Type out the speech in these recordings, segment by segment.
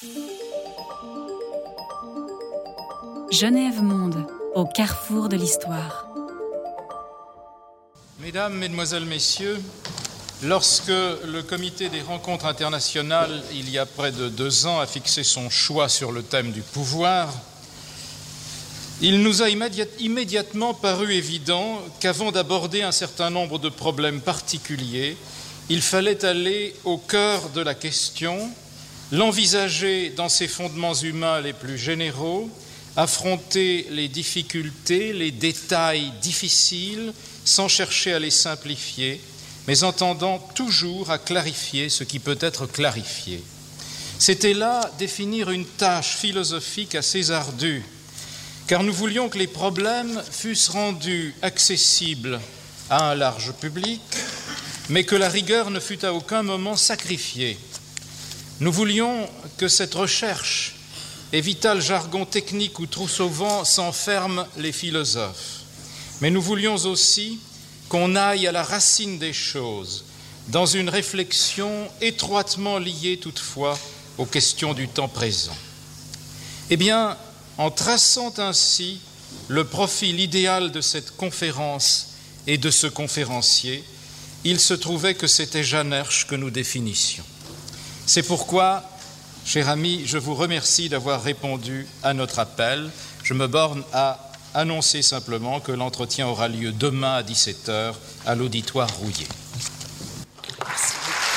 Genève Monde, au carrefour de l'histoire. Mesdames, Mesdemoiselles, Messieurs, lorsque le comité des rencontres internationales, il y a près de 2 ans, a fixé son choix sur le thème du pouvoir, il nous a immédiatement paru évident qu'avant d'aborder un certain nombre de problèmes particuliers, il fallait aller au cœur de la question, l'envisager dans ses fondements humains les plus généraux, affronter les difficultés, les détails difficiles, sans chercher à les simplifier, mais en tendant toujours à clarifier ce qui peut être clarifié. C'était là définir une tâche philosophique assez ardue, car nous voulions que les problèmes fussent rendus accessibles à un large public, mais que la rigueur ne fût à aucun moment sacrifiée. Nous voulions que cette recherche évita le jargon technique où trop souvent s'enferment les philosophes. Mais nous voulions aussi qu'on aille à la racine des choses, dans une réflexion étroitement liée toutefois aux questions du temps présent. Eh bien, en traçant ainsi le profil idéal de cette conférence et de ce conférencier, il se trouvait que c'était Jeanne Hersch que nous définissions. C'est pourquoi, cher ami, je vous remercie d'avoir répondu à notre appel. Je me borne à annoncer simplement que l'entretien aura lieu demain à 17h à l'auditoire Rouillé. Merci.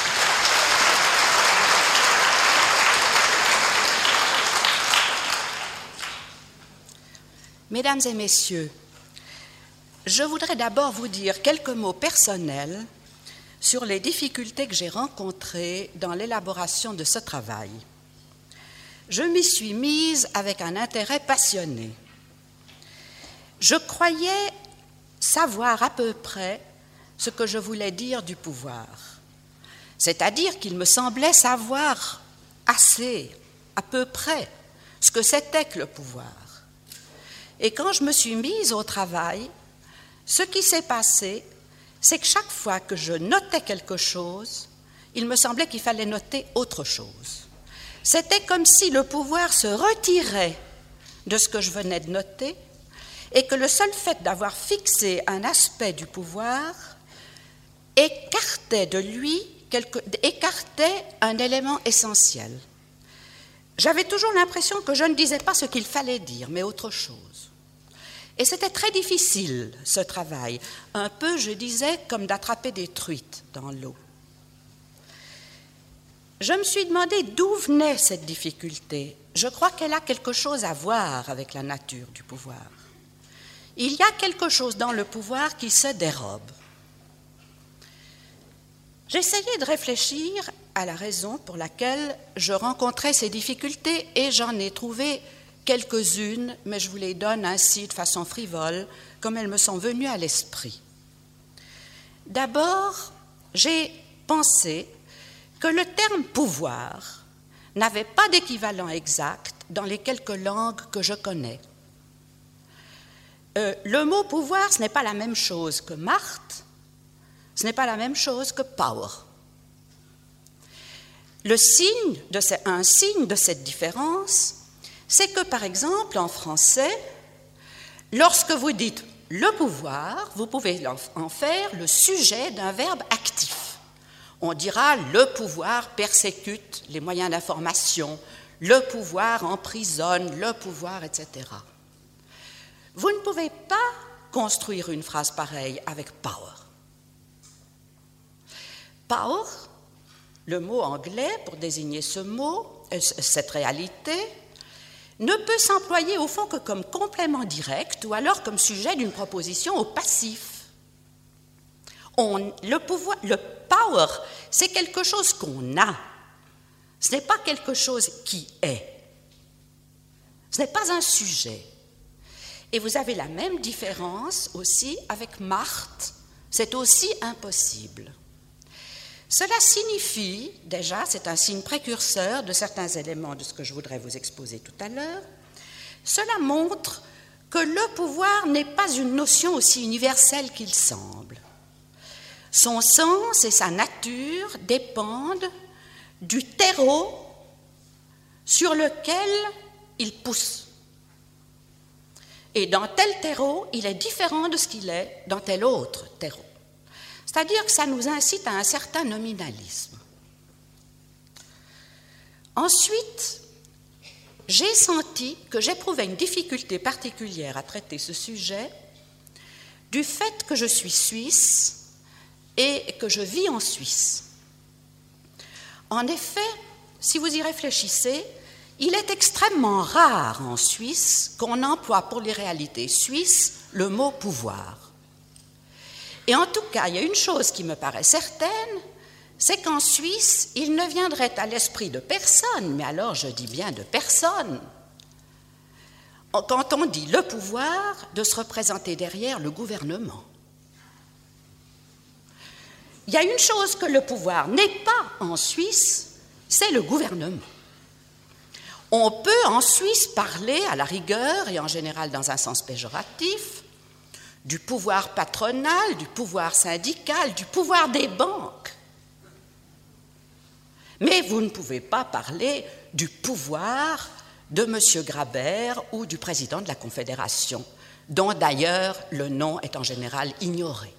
Mesdames et messieurs, je voudrais d'abord vous dire quelques mots personnels sur les difficultés que j'ai rencontrées dans l'élaboration de ce travail. Je m'y suis mise avec un intérêt passionné. Je croyais savoir à peu près ce que je voulais dire du pouvoir, c'est-à-dire qu'il me semblait savoir assez, à peu près, ce que c'était que le pouvoir. Et quand je me suis mise au travail, ce qui s'est passé, c'est que chaque fois que je notais quelque chose, il me semblait qu'il fallait noter autre chose. C'était comme si le pouvoir se retirait de ce que je venais de noter et que le seul fait d'avoir fixé un aspect du pouvoir écartait de lui un élément essentiel. J'avais toujours l'impression que je ne disais pas ce qu'il fallait dire, mais autre chose. Et c'était très difficile, ce travail. Un peu, je disais, comme d'attraper des truites dans l'eau. Je me suis demandé d'où venait cette difficulté. Je crois qu'elle a quelque chose à voir avec la nature du pouvoir. Il y a quelque chose dans le pouvoir qui se dérobe. J'essayais de réfléchir à la raison pour laquelle je rencontrais ces difficultés et j'en ai trouvé quelques-unes, mais je vous les donne ainsi de façon frivole, comme elles me sont venues à l'esprit. D'abord, j'ai pensé que le terme « pouvoir » n'avait pas d'équivalent exact dans les quelques langues que je connais. Le mot « pouvoir », ce n'est pas la même chose que « Macht », ce n'est pas la même chose que « power ». Un signe de cette différence, c'est que, par exemple, en français, lorsque vous dites « le pouvoir », vous pouvez en faire le sujet d'un verbe actif. On dira « le pouvoir persécute les moyens d'information »,« le pouvoir emprisonne »,« le pouvoir, etc. » Vous ne pouvez pas construire une phrase pareille avec « power ». Power, le mot anglais pour désigner ce mot, cette réalité, ne peut s'employer au fond que comme complément direct ou alors comme sujet d'une proposition au passif. Le power, c'est quelque chose qu'on a. Ce n'est pas quelque chose qui est. Ce n'est pas un sujet. Et vous avez la même différence aussi avec Macht. C'est aussi impossible. Cela signifie, déjà, c'est un signe précurseur de certains éléments de ce que je voudrais vous exposer tout à l'heure, cela montre que le pouvoir n'est pas une notion aussi universelle qu'il semble. Son sens et sa nature dépendent du terreau sur lequel il pousse. Et dans tel terreau, il est différent de ce qu'il est dans tel autre terreau. C'est-à-dire que ça nous incite à un certain nominalisme. Ensuite, j'ai senti que j'éprouvais une difficulté particulière à traiter ce sujet du fait que je suis suisse et que je vis en Suisse. En effet, si vous y réfléchissez, il est extrêmement rare en Suisse qu'on emploie pour les réalités suisses le mot pouvoir. Et en tout cas, il y a une chose qui me paraît certaine, c'est qu'en Suisse, il ne viendrait à l'esprit de personne, mais alors je dis bien de personne, quand on dit le pouvoir, de se représenter derrière le gouvernement. Il y a une chose que le pouvoir n'est pas en Suisse, c'est le gouvernement. On peut en Suisse parler à la rigueur, et en général dans un sens péjoratif, du pouvoir patronal, du pouvoir syndical, du pouvoir des banques. Mais vous ne pouvez pas parler du pouvoir de M. Grabert ou du président de la Confédération, dont d'ailleurs le nom est en général ignoré.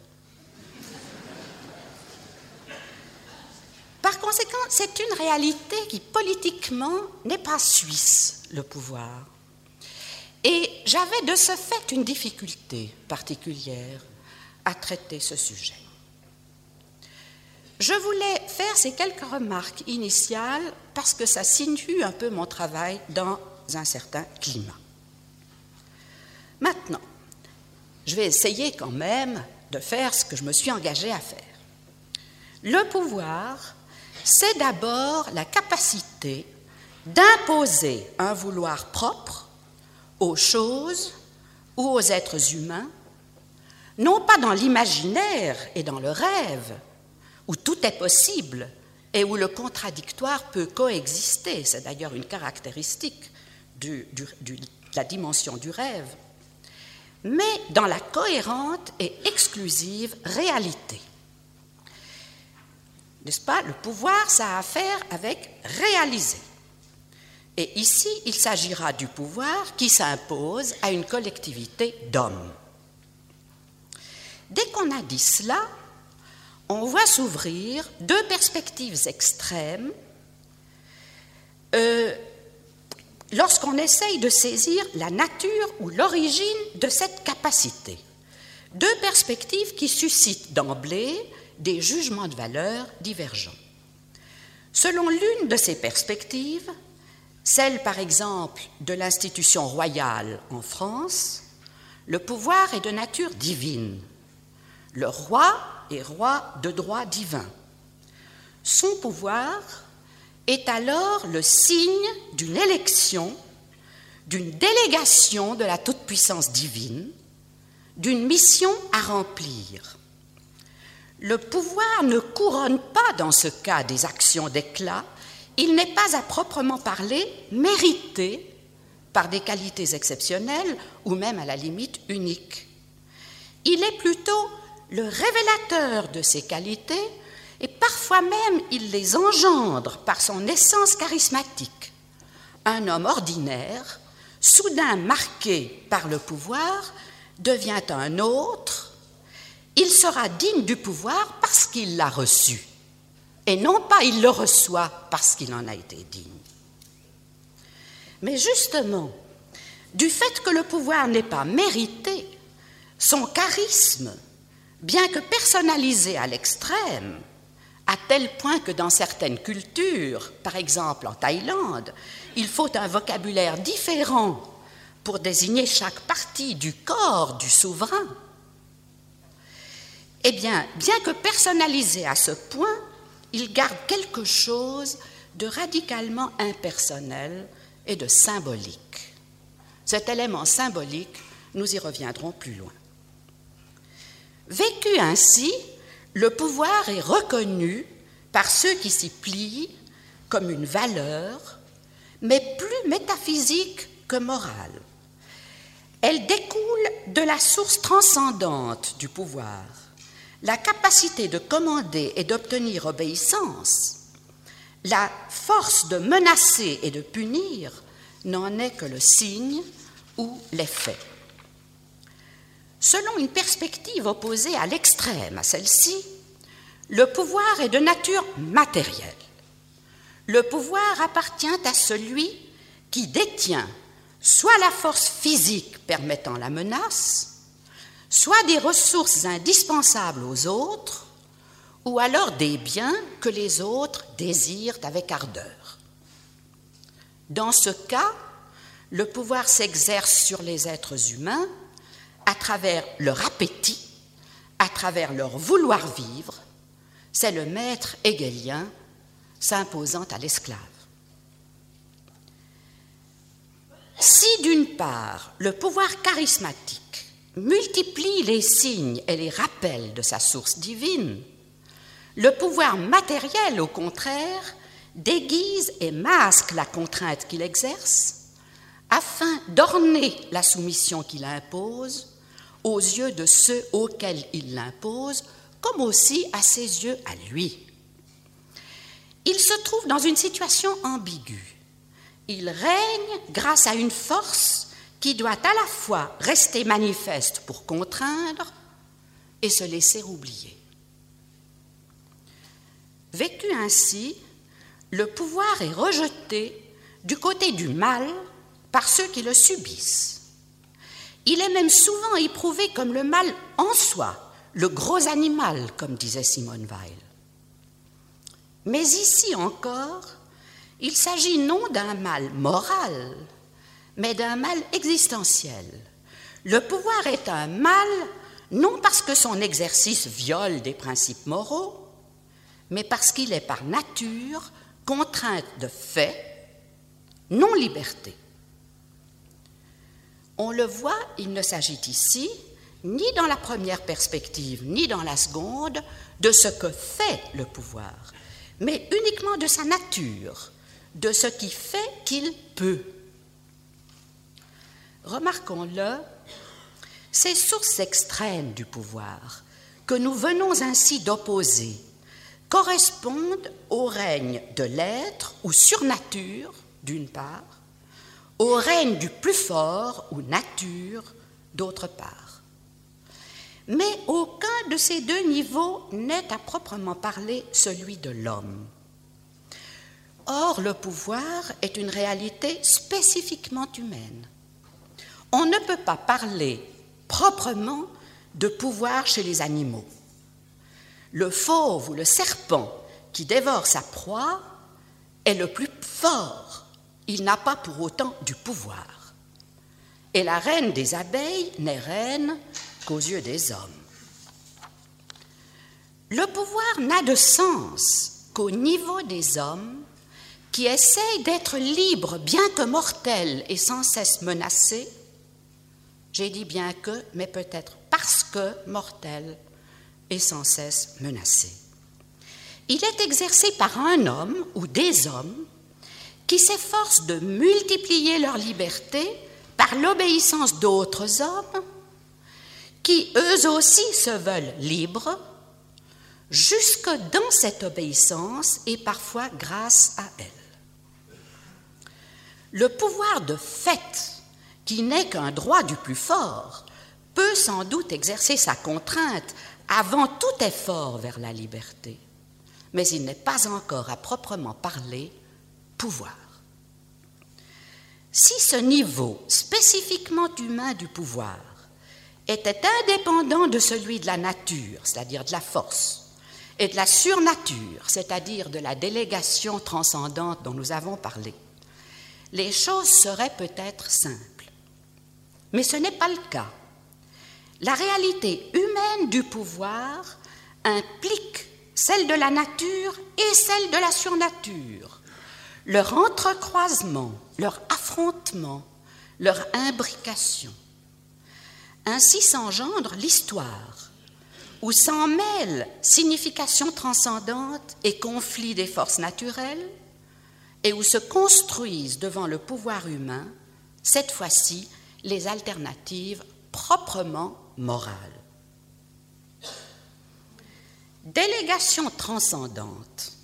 Par conséquent, c'est une réalité qui politiquement n'est pas suisse, le pouvoir. Et j'avais de ce fait une difficulté particulière à traiter ce sujet. Je voulais faire ces quelques remarques initiales parce que ça sinue un peu mon travail dans un certain climat. Maintenant, je vais essayer quand même de faire ce que je me suis engagée à faire. Le pouvoir, c'est d'abord la capacité d'imposer un vouloir propre aux choses ou aux êtres humains, non pas dans l'imaginaire et dans le rêve, où tout est possible et où le contradictoire peut coexister, c'est d'ailleurs une caractéristique de la dimension du rêve, mais dans la cohérente et exclusive réalité. N'est-ce pas? Le pouvoir, ça a à faire avec réaliser. Et ici, il s'agira du pouvoir qui s'impose à une collectivité d'hommes. Dès qu'on a dit cela, on voit s'ouvrir deux perspectives extrêmes lorsqu'on essaye de saisir la nature ou l'origine de cette capacité. Deux perspectives qui suscitent d'emblée des jugements de valeur divergents. Selon l'une de ces perspectives, celle par exemple de l'institution royale en France, le pouvoir est de nature divine. Le roi est roi de droit divin. Son pouvoir est alors le signe d'une élection, d'une délégation de la toute-puissance divine, d'une mission à remplir. Le pouvoir ne couronne pas dans ce cas des actions d'éclat, il n'est pas à proprement parler mérité par des qualités exceptionnelles ou même à la limite uniques. Il est plutôt le révélateur de ces qualités et parfois même il les engendre par son essence charismatique. Un homme ordinaire, soudain marqué par le pouvoir, devient un autre. Il sera digne du pouvoir parce qu'il l'a reçu, et non pas il le reçoit parce qu'il en a été digne. Mais justement, du fait que le pouvoir n'est pas mérité, son charisme, bien que personnalisé à l'extrême, à tel point que dans certaines cultures, par exemple en Thaïlande, il faut un vocabulaire différent pour désigner chaque partie du corps du souverain, eh bien que personnalisé à ce point, il garde quelque chose de radicalement impersonnel et de symbolique. Cet élément symbolique, nous y reviendrons plus loin. Vécu ainsi, le pouvoir est reconnu par ceux qui s'y plient comme une valeur, mais plus métaphysique que morale. Elle découle de la source transcendante du pouvoir, la capacité de commander et d'obtenir obéissance, La force de menacer et de punir n'en est que le signe ou l'effet. Selon une perspective opposée à l'extrême à celle-ci, le pouvoir est de nature matérielle. Le pouvoir appartient à celui qui détient soit la force physique permettant la menace, soit des ressources indispensables aux autres, ou alors des biens que les autres désirent avec ardeur. Dans ce cas, le pouvoir s'exerce sur les êtres humains à travers leur appétit, à travers leur vouloir vivre. C'est le maître hegelien s'imposant à l'esclave. Si d'une part, le pouvoir charismatique multiplie les signes et les rappels de sa source divine, le pouvoir matériel, au contraire, déguise et masque la contrainte qu'il exerce afin d'orner la soumission qu'il impose aux yeux de ceux auxquels il l'impose, comme aussi à ses yeux à lui. Il se trouve dans une situation ambiguë. Il règne grâce à une force qui doit à la fois rester manifeste pour contraindre et se laisser oublier. Vécu ainsi, le pouvoir est rejeté du côté du mal par ceux qui le subissent. Il est même souvent éprouvé comme le mal en soi, le gros animal, comme disait Simone Weil. Mais ici encore, il s'agit non d'un mal moral, mais d'un mal existentiel. Le pouvoir est un mal, non parce que son exercice viole des principes moraux, mais parce qu'il est par nature contrainte de fait, non liberté. On le voit, il ne s'agit ici, ni dans la première perspective, ni dans la seconde, de ce que fait le pouvoir, mais uniquement de sa nature, de ce qui fait qu'il peut. Remarquons-le, ces sources extrêmes du pouvoir que nous venons ainsi d'opposer correspondent au règne de l'être ou surnature, d'une part, au règne du plus fort ou nature, d'autre part. Mais aucun de ces deux niveaux n'est à proprement parler celui de l'homme. Or, le pouvoir est une réalité spécifiquement humaine. On ne peut pas parler proprement de pouvoir chez les animaux. Le fauve ou le serpent qui dévore sa proie est le plus fort. Il n'a pas pour autant du pouvoir. Et la reine des abeilles n'est reine qu'aux yeux des hommes. Le pouvoir n'a de sens qu'au niveau des hommes qui essayent d'être libres, bien que mortels et sans cesse menacés. J'ai dit bien que, mais peut-être parce que mortels et sans cesse menacés. Il est exercé par un homme ou des hommes qui s'efforcent de multiplier leur liberté par l'obéissance d'autres hommes qui, eux aussi, se veulent libres, jusque dans cette obéissance et parfois grâce à elle. Le pouvoir de fait, qui n'est qu'un droit du plus fort, peut sans doute exercer sa contrainte avant tout effort vers la liberté, mais il n'est pas encore à proprement parler pouvoir. Si ce niveau spécifiquement humain du pouvoir était indépendant de celui de la nature, c'est-à-dire de la force, et de la surnature, c'est-à-dire de la délégation transcendante dont nous avons parlé, les choses seraient peut-être simples. Mais ce n'est pas le cas. La réalité humaine du pouvoir implique celle de la nature et celle de la surnature. Leur entrecroisement, leur affrontement, leur imbrication. Ainsi s'engendre l'histoire, où s'en mêlent signification transcendante et conflit des forces naturelles, et où se construisent devant le pouvoir humain, cette fois-ci, les alternatives proprement morales. Délégation transcendante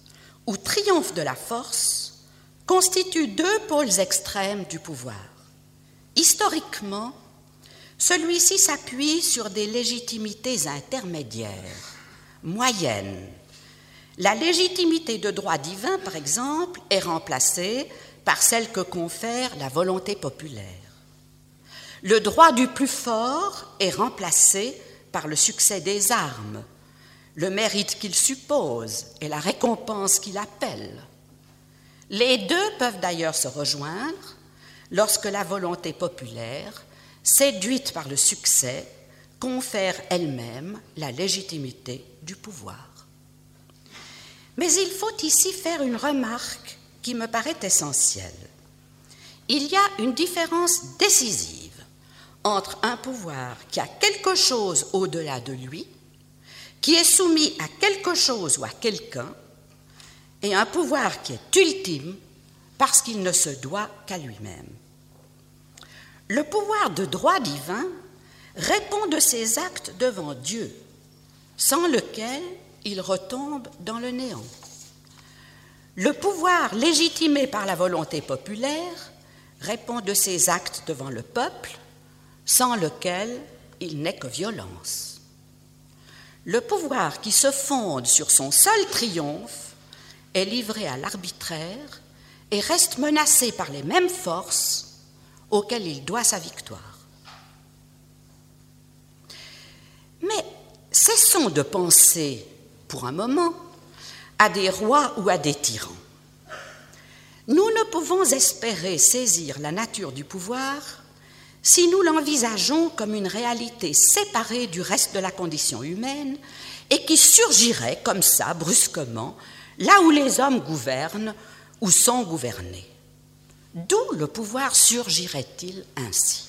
ou triomphe de la force constituent deux pôles extrêmes du pouvoir. Historiquement, celui-ci s'appuie sur des légitimités intermédiaires, moyennes. La légitimité de droit divin, par exemple, est remplacée par celle que confère la volonté populaire. Le droit du plus fort est remplacé par le succès des armes, le mérite qu'il suppose et la récompense qu'il appelle. Les deux peuvent d'ailleurs se rejoindre lorsque la volonté populaire, séduite par le succès, confère elle-même la légitimité du pouvoir. Mais il faut ici faire une remarque qui me paraît essentielle. Il y a une différence décisive entre un pouvoir qui a quelque chose au-delà de lui, qui est soumis à quelque chose ou à quelqu'un, et un pouvoir qui est ultime parce qu'il ne se doit qu'à lui-même. Le pouvoir de droit divin répond de ses actes devant Dieu, sans lequel il retombe dans le néant. Le pouvoir légitimé par la volonté populaire répond de ses actes devant le peuple, sans lequel il n'est que violence. Le pouvoir qui se fonde sur son seul triomphe est livré à l'arbitraire et reste menacé par les mêmes forces auxquelles il doit sa victoire. Mais cessons de penser, pour un moment, à des rois ou à des tyrans. Nous ne pouvons espérer saisir la nature du pouvoir si nous l'envisageons comme une réalité séparée du reste de la condition humaine et qui surgirait comme ça, brusquement, là où les hommes gouvernent ou sont gouvernés. D'où le pouvoir surgirait-il ainsi?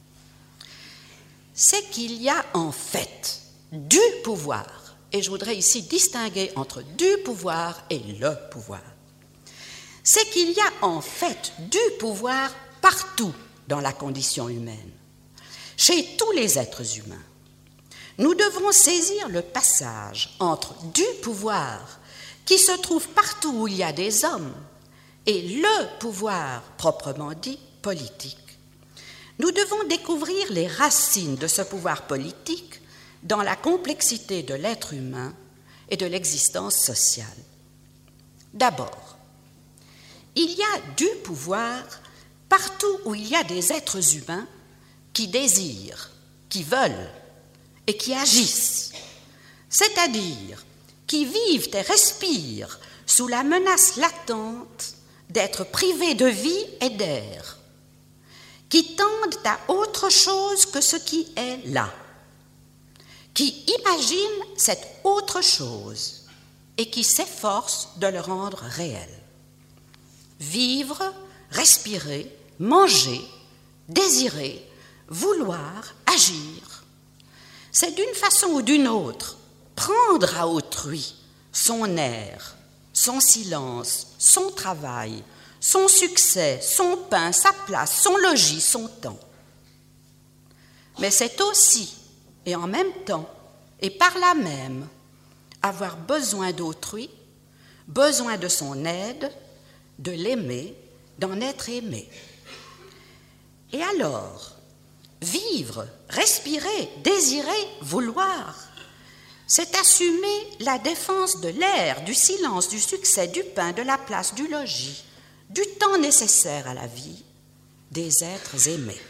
C'est qu'il y a en fait du pouvoir, et je voudrais ici distinguer entre du pouvoir et le pouvoir. C'est qu'il y a en fait du pouvoir partout dans la condition humaine, chez tous les êtres humains. Nous devrons saisir le passage entre du pouvoir qui se trouve partout où il y a des hommes et le pouvoir proprement dit politique. Nous devons découvrir les racines de ce pouvoir politique dans la complexité de l'être humain et de l'existence sociale. D'abord, il y a du pouvoir partout où il y a des êtres humains qui désirent, qui veulent et qui agissent, c'est-à-dire qui vivent et respirent sous la menace latente d'être privés de vie et d'air, qui tendent à autre chose que ce qui est là, qui imaginent cette autre chose et qui s'efforcent de le rendre réel. Vivre, respirer, manger, désirer, vouloir, agir, c'est d'une façon ou d'une autre prendre à autrui son air, son silence, son travail, son succès, son pain, sa place, son logis, son temps. Mais c'est aussi, et en même temps, et par là même, avoir besoin d'autrui, besoin de son aide, de l'aimer, d'en être aimé. Et alors, vivre, respirer, désirer, vouloir, c'est assumer la défense de l'air, du silence, du succès, du pain, de la place, du logis, du temps nécessaire à la vie des êtres aimés.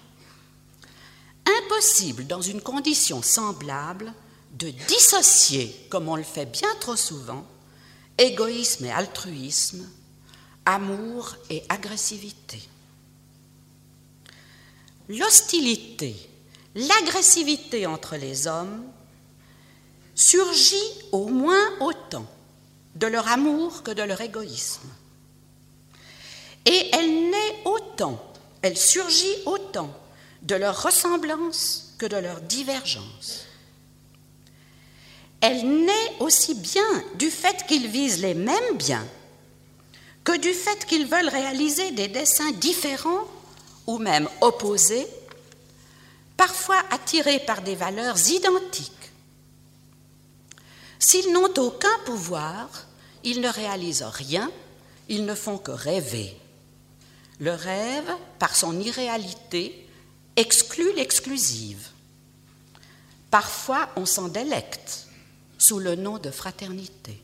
Impossible, dans une condition semblable, de dissocier, comme on le fait bien trop souvent, égoïsme et altruisme, amour et agressivité. L'hostilité, l'agressivité entre les hommes surgit au moins autant de leur amour que de leur égoïsme. Et elle surgit autant de leur ressemblance que de leur divergence. Elle naît aussi bien du fait qu'ils visent les mêmes biens que du fait qu'ils veulent réaliser des desseins différents ou même opposés, parfois attirés par des valeurs identiques. S'ils n'ont aucun pouvoir, ils ne réalisent rien, ils ne font que rêver. Le rêve, par son irréalité, exclut l'exclusive. Parfois, on s'en délecte sous le nom de fraternité.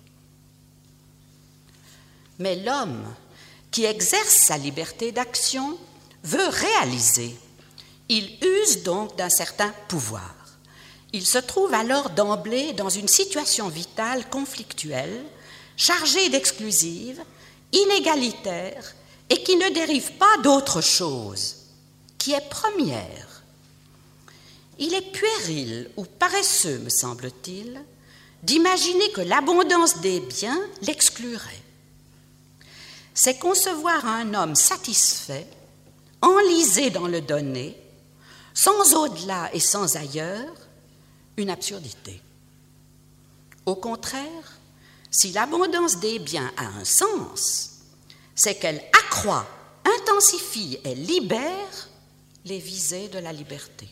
Mais l'homme qui exerce sa liberté d'action veut réaliser. Il use donc d'un certain pouvoir. Il se trouve alors d'emblée dans une situation vitale conflictuelle, chargée d'exclusive, inégalitaire et qui ne dérive pas d'autre chose, qui est première. Il est puéril ou paresseux, me semble-t-il, d'imaginer que l'abondance des biens l'exclurait. C'est concevoir un homme satisfait, enlisé dans le donné, sans au-delà et sans ailleurs, une absurdité. Au contraire, si l'abondance des biens a un sens, c'est qu'elle accroît, intensifie et libère les visées de la liberté.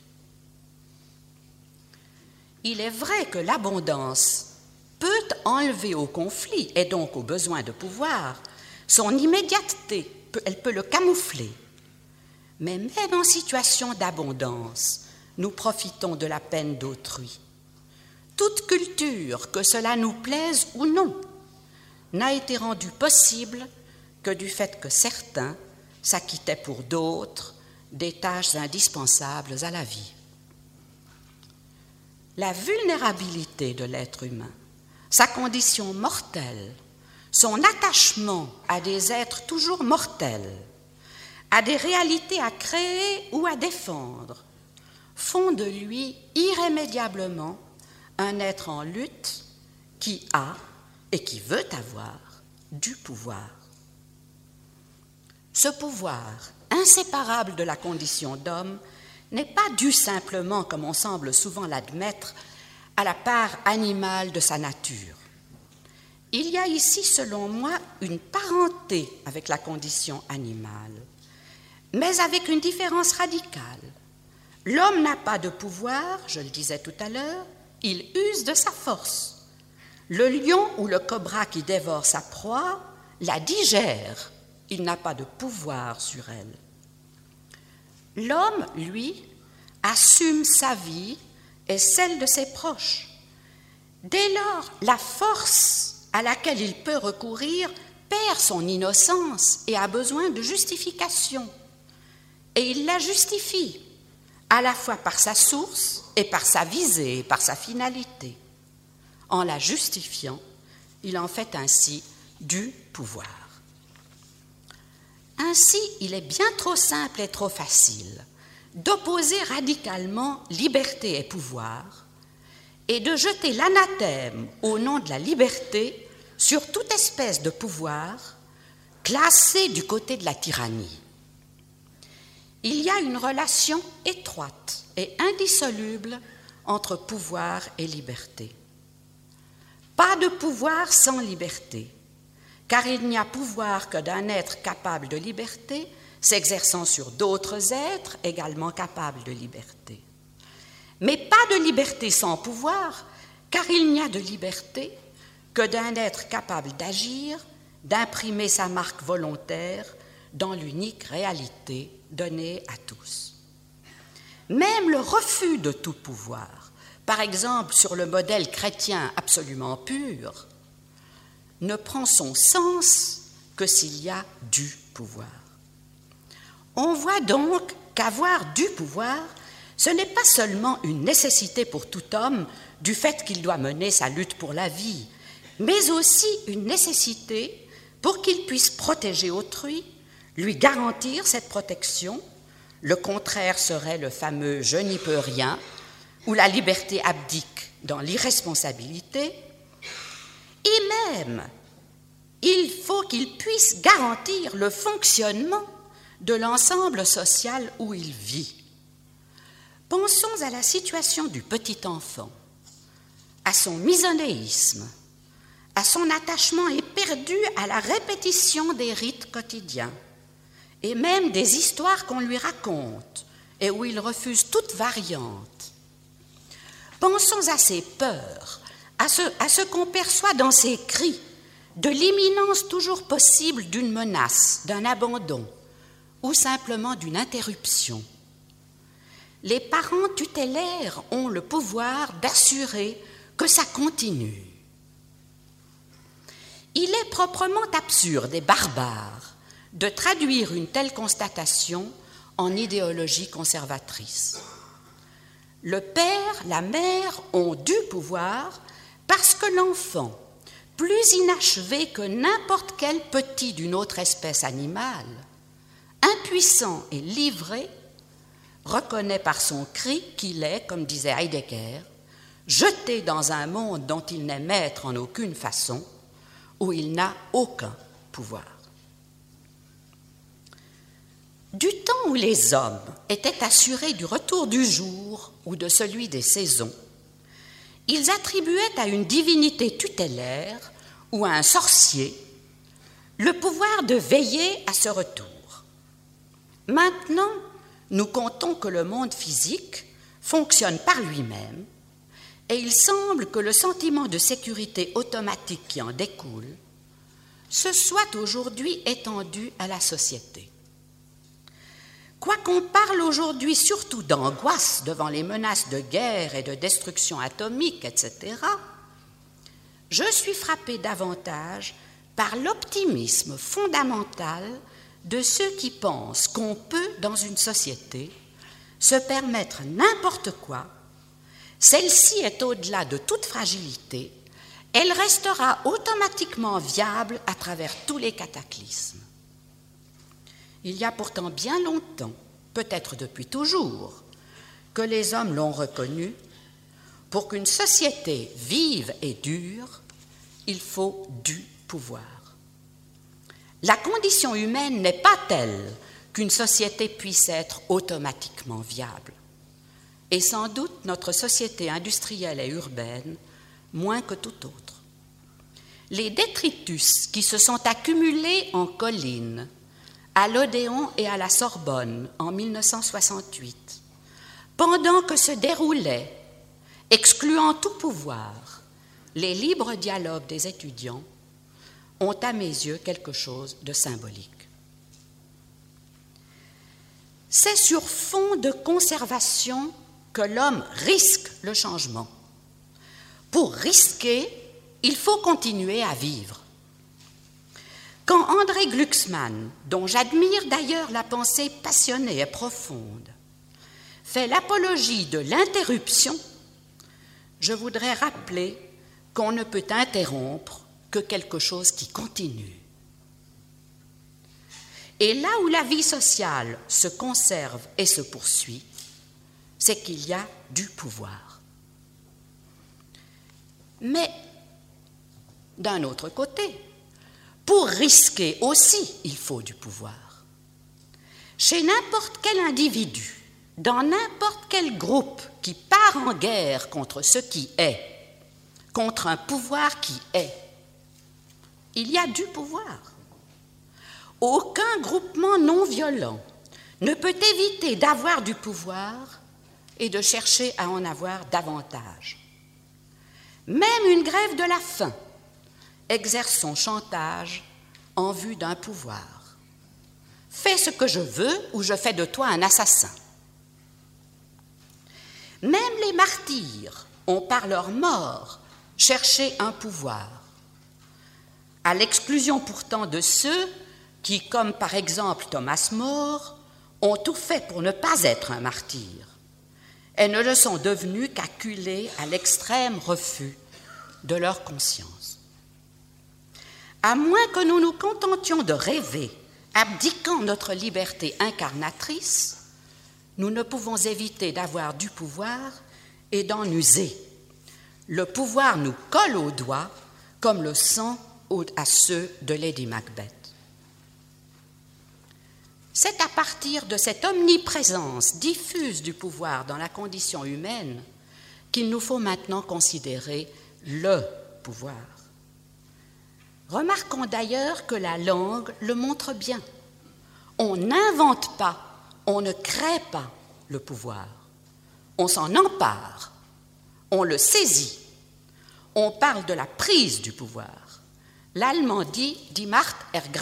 Il est vrai que l'abondance peut enlever au conflit et donc au besoin de pouvoir son immédiateté, elle peut le camoufler. Mais même en situation d'abondance, nous profitons de la peine d'autrui. Toute culture, que cela nous plaise ou non, n'a été rendue possible que du fait que certains s'acquittaient pour d'autres des tâches indispensables à la vie. La vulnérabilité de l'être humain, sa condition mortelle, son attachement à des êtres toujours mortels, à des réalités à créer ou à défendre, font de lui irrémédiablement un être en lutte qui a et qui veut avoir du pouvoir. Ce pouvoir, inséparable de la condition d'homme, n'est pas dû simplement, comme on semble souvent l'admettre, à la part animale de sa nature. Il y a ici, selon moi, une parenté avec la condition animale, mais avec une différence radicale. L'homme n'a pas de pouvoir, je le disais tout à l'heure, il use de sa force. Le lion ou le cobra qui dévore sa proie la digère, il n'a pas de pouvoir sur elle. L'homme, lui, assume sa vie et celle de ses proches. Dès lors, la force à laquelle il peut recourir perd son innocence et a besoin de justification. Et il la justifie, à la fois par sa source et par sa visée, par sa finalité. En la justifiant, il en fait ainsi du pouvoir. Ainsi, il est bien trop simple et trop facile d'opposer radicalement liberté et pouvoir et de jeter l'anathème au nom de la liberté sur toute espèce de pouvoir classé du côté de la tyrannie. Il y a une relation étroite et indissoluble entre pouvoir et liberté. Pas de pouvoir sans liberté, car il n'y a pouvoir que d'un être capable de liberté s'exerçant sur d'autres êtres également capables de liberté. Mais pas de liberté sans pouvoir, car il n'y a de liberté que d'un être capable d'agir, d'imprimer sa marque volontaire dans l'unique réalité donnée à tous. Même le refus de tout pouvoir, par exemple sur le modèle chrétien absolument pur, ne prend son sens que s'il y a du pouvoir. On voit donc qu'avoir du pouvoir, ce n'est pas seulement une nécessité pour tout homme du fait qu'il doit mener sa lutte pour la vie, mais aussi une nécessité pour qu'il puisse protéger autrui, lui garantir cette protection. Le contraire serait le fameux « je n'y peux rien » où la liberté abdique dans l'irresponsabilité. Et même, il faut qu'il puisse garantir le fonctionnement de l'ensemble social où il vit. Pensons à la situation du petit enfant, à son misonéisme, à son attachement éperdu à la répétition des rites quotidiens et même des histoires qu'on lui raconte et où il refuse toute variante. Pensons à ses peurs, à ce qu'on perçoit dans ses cris, de l'imminence toujours possible d'une menace, d'un abandon ou simplement d'une interruption. Les parents tutélaires ont le pouvoir d'assurer que ça continue. Il est proprement absurde et barbare de traduire une telle constatation en idéologie conservatrice. Le père, la mère ont du pouvoir parce que l'enfant, plus inachevé que n'importe quel petit d'une autre espèce animale, impuissant et livré, reconnaît par son cri qu'il est, comme disait Heidegger, jeté dans un monde dont il n'est maître en aucune façon, où il n'a aucun pouvoir. Du temps où les hommes étaient assurés du retour du jour ou de celui des saisons, ils attribuaient à une divinité tutélaire ou à un sorcier le pouvoir de veiller à ce retour. Maintenant, nous comptons que le monde physique fonctionne par lui-même et il semble que le sentiment de sécurité automatique qui en découle se soit aujourd'hui étendu à la société. Quoiqu'on parle aujourd'hui surtout d'angoisse devant les menaces de guerre et de destruction atomique, etc., je suis frappée davantage par l'optimisme fondamental de ceux qui pensent qu'on peut, dans une société, se permettre n'importe quoi. Celle-ci est au-delà de toute fragilité, elle restera automatiquement viable à travers tous les cataclysmes. Il y a pourtant bien longtemps, peut-être depuis toujours, que les hommes l'ont reconnu, pour qu'une société vive et dure, il faut du pouvoir. La condition humaine n'est pas telle qu'une société puisse être automatiquement viable. Et sans doute notre société industrielle et urbaine moins que tout autre. Les détritus qui se sont accumulés en collines, à l'Odéon et à la Sorbonne en 1968, pendant que se déroulait, excluant tout pouvoir, les libres dialogues des étudiants, ont à mes yeux quelque chose de symbolique. C'est sur fond de conservation que l'homme risque le changement. Pour risquer, il faut continuer à vivre. Quand André Glucksmann, dont j'admire d'ailleurs la pensée passionnée et profonde, fait l'apologie de l'interruption, je voudrais rappeler qu'on ne peut interrompre que quelque chose qui continue. Et là où la vie sociale se conserve et se poursuit, c'est qu'il y a du pouvoir. Mais, d'un autre côté, pour risquer aussi, il faut du pouvoir. Chez n'importe quel individu, dans n'importe quel groupe qui part en guerre contre ce qui est, contre un pouvoir qui est, il y a du pouvoir. Aucun groupement non violent ne peut éviter d'avoir du pouvoir et de chercher à en avoir davantage. Même une grève de la faim exerce son chantage en vue d'un pouvoir. Fais ce que je veux ou je fais de toi un assassin. Même les martyrs ont par leur mort cherché un pouvoir, à l'exclusion pourtant de ceux qui, comme par exemple Thomas More, ont tout fait pour ne pas être un martyr et ne le sont devenus qu'acculés à l'extrême refus de leur conscience. À moins que nous nous contentions de rêver, abdiquant notre liberté incarnatrice, nous ne pouvons éviter d'avoir du pouvoir et d'en user. Le pouvoir nous colle aux doigts comme le sang à ceux de Lady Macbeth. C'est à partir de cette omniprésence diffuse du pouvoir dans la condition humaine qu'il nous faut maintenant considérer le pouvoir. Remarquons d'ailleurs que la langue le montre bien. On n'invente pas, on ne crée pas le pouvoir. On s'en empare, on le saisit. On parle de la prise du pouvoir, l'allemand dit « die Macht ergreifen »,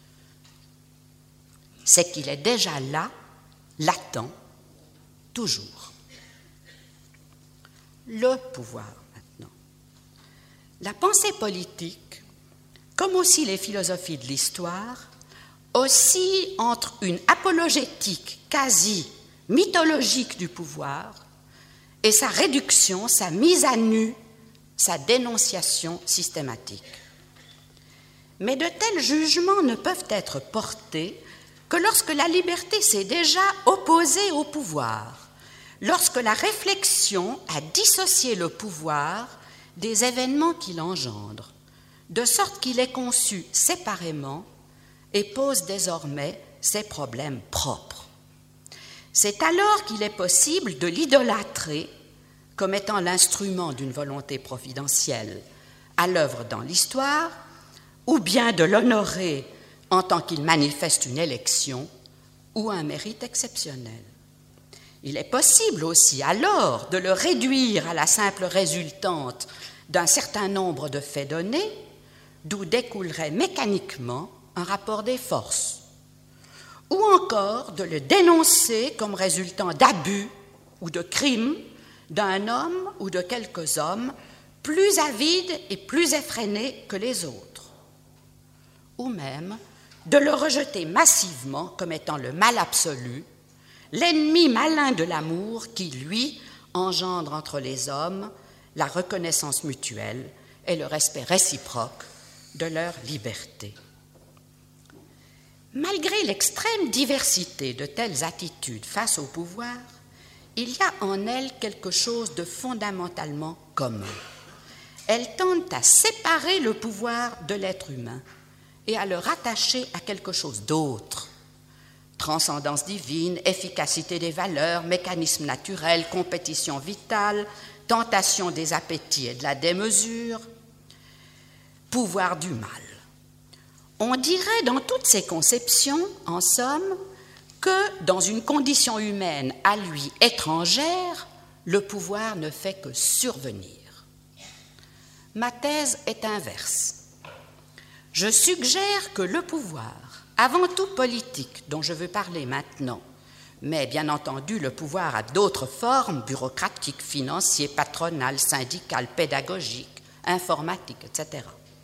c'est qu'il est déjà là, latent, toujours. Le pouvoir, maintenant. La pensée politique, comme aussi les philosophies de l'histoire, oscille entre une apologétique quasi mythologique du pouvoir et sa réduction, sa mise à nu, sa dénonciation systématique. Mais de tels jugements ne peuvent être portés que lorsque la liberté s'est déjà opposée au pouvoir, lorsque la réflexion a dissocié le pouvoir des événements qui l'engendrent, de sorte qu'il est conçu séparément et pose désormais ses problèmes propres. C'est alors qu'il est possible de l'idolâtrer comme étant l'instrument d'une volonté providentielle à l'œuvre dans l'histoire, ou bien de l'honorer en tant qu'il manifeste une élection ou un mérite exceptionnel. Il est possible aussi alors de le réduire à la simple résultante d'un certain nombre de faits donnés, d'où découlerait mécaniquement un rapport des forces, ou encore de le dénoncer comme résultant d'abus ou de crimes d'un homme ou de quelques hommes plus avides et plus effrénés que les autres, ou même de le rejeter massivement comme étant le mal absolu, l'ennemi malin de l'amour qui, lui, engendre entre les hommes la reconnaissance mutuelle et le respect réciproque de leur liberté. Malgré l'extrême diversité de telles attitudes face au pouvoir, il y a en elles quelque chose de fondamentalement commun. Elles tendent à séparer le pouvoir de l'être humain et à le rattacher à quelque chose d'autre. Transcendance divine, efficacité des valeurs, mécanisme naturel, compétition vitale, tentation des appétits et de la démesure, pouvoir du mal. On dirait dans toutes ces conceptions, en somme, que dans une condition humaine à lui étrangère, le pouvoir ne fait que survenir. Ma thèse est inverse. Je suggère que le pouvoir, avant tout politique, dont je veux parler maintenant, mais bien entendu le pouvoir a d'autres formes, bureaucratiques, financiers, patronales, syndicales, pédagogiques, informatiques, etc.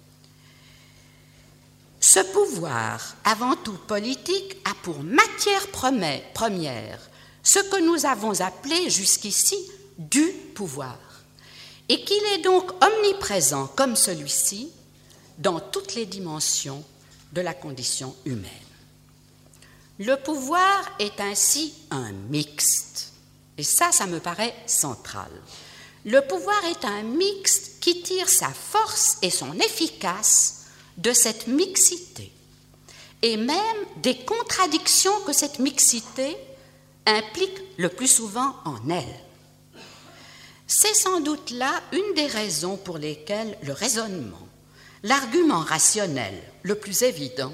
Ce pouvoir, avant tout politique, a pour matière première ce que nous avons appelé jusqu'ici du pouvoir, et qu'il est donc omniprésent comme celui-ci dans toutes les dimensions de la condition humaine. Le pouvoir est ainsi un mixte, et ça me paraît central. Le pouvoir est un mixte qui tire sa force et son efficace de cette mixité, et même des contradictions que cette mixité implique le plus souvent en elle. C'est sans doute là une des raisons pour lesquelles le raisonnement, l'argument rationnel le plus évident,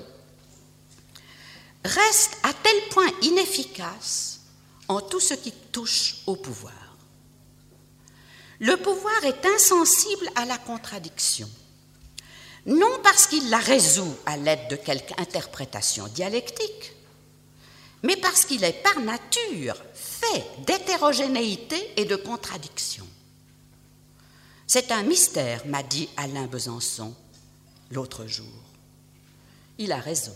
reste à tel point inefficace en tout ce qui touche au pouvoir. Le pouvoir est insensible à la contradiction, non parce qu'il la résout à l'aide de quelque interprétation dialectique, mais parce qu'il est par nature fait d'hétérogénéité et de contradiction. C'est un mystère, m'a dit Alain Besançon l'autre jour. Il a raison.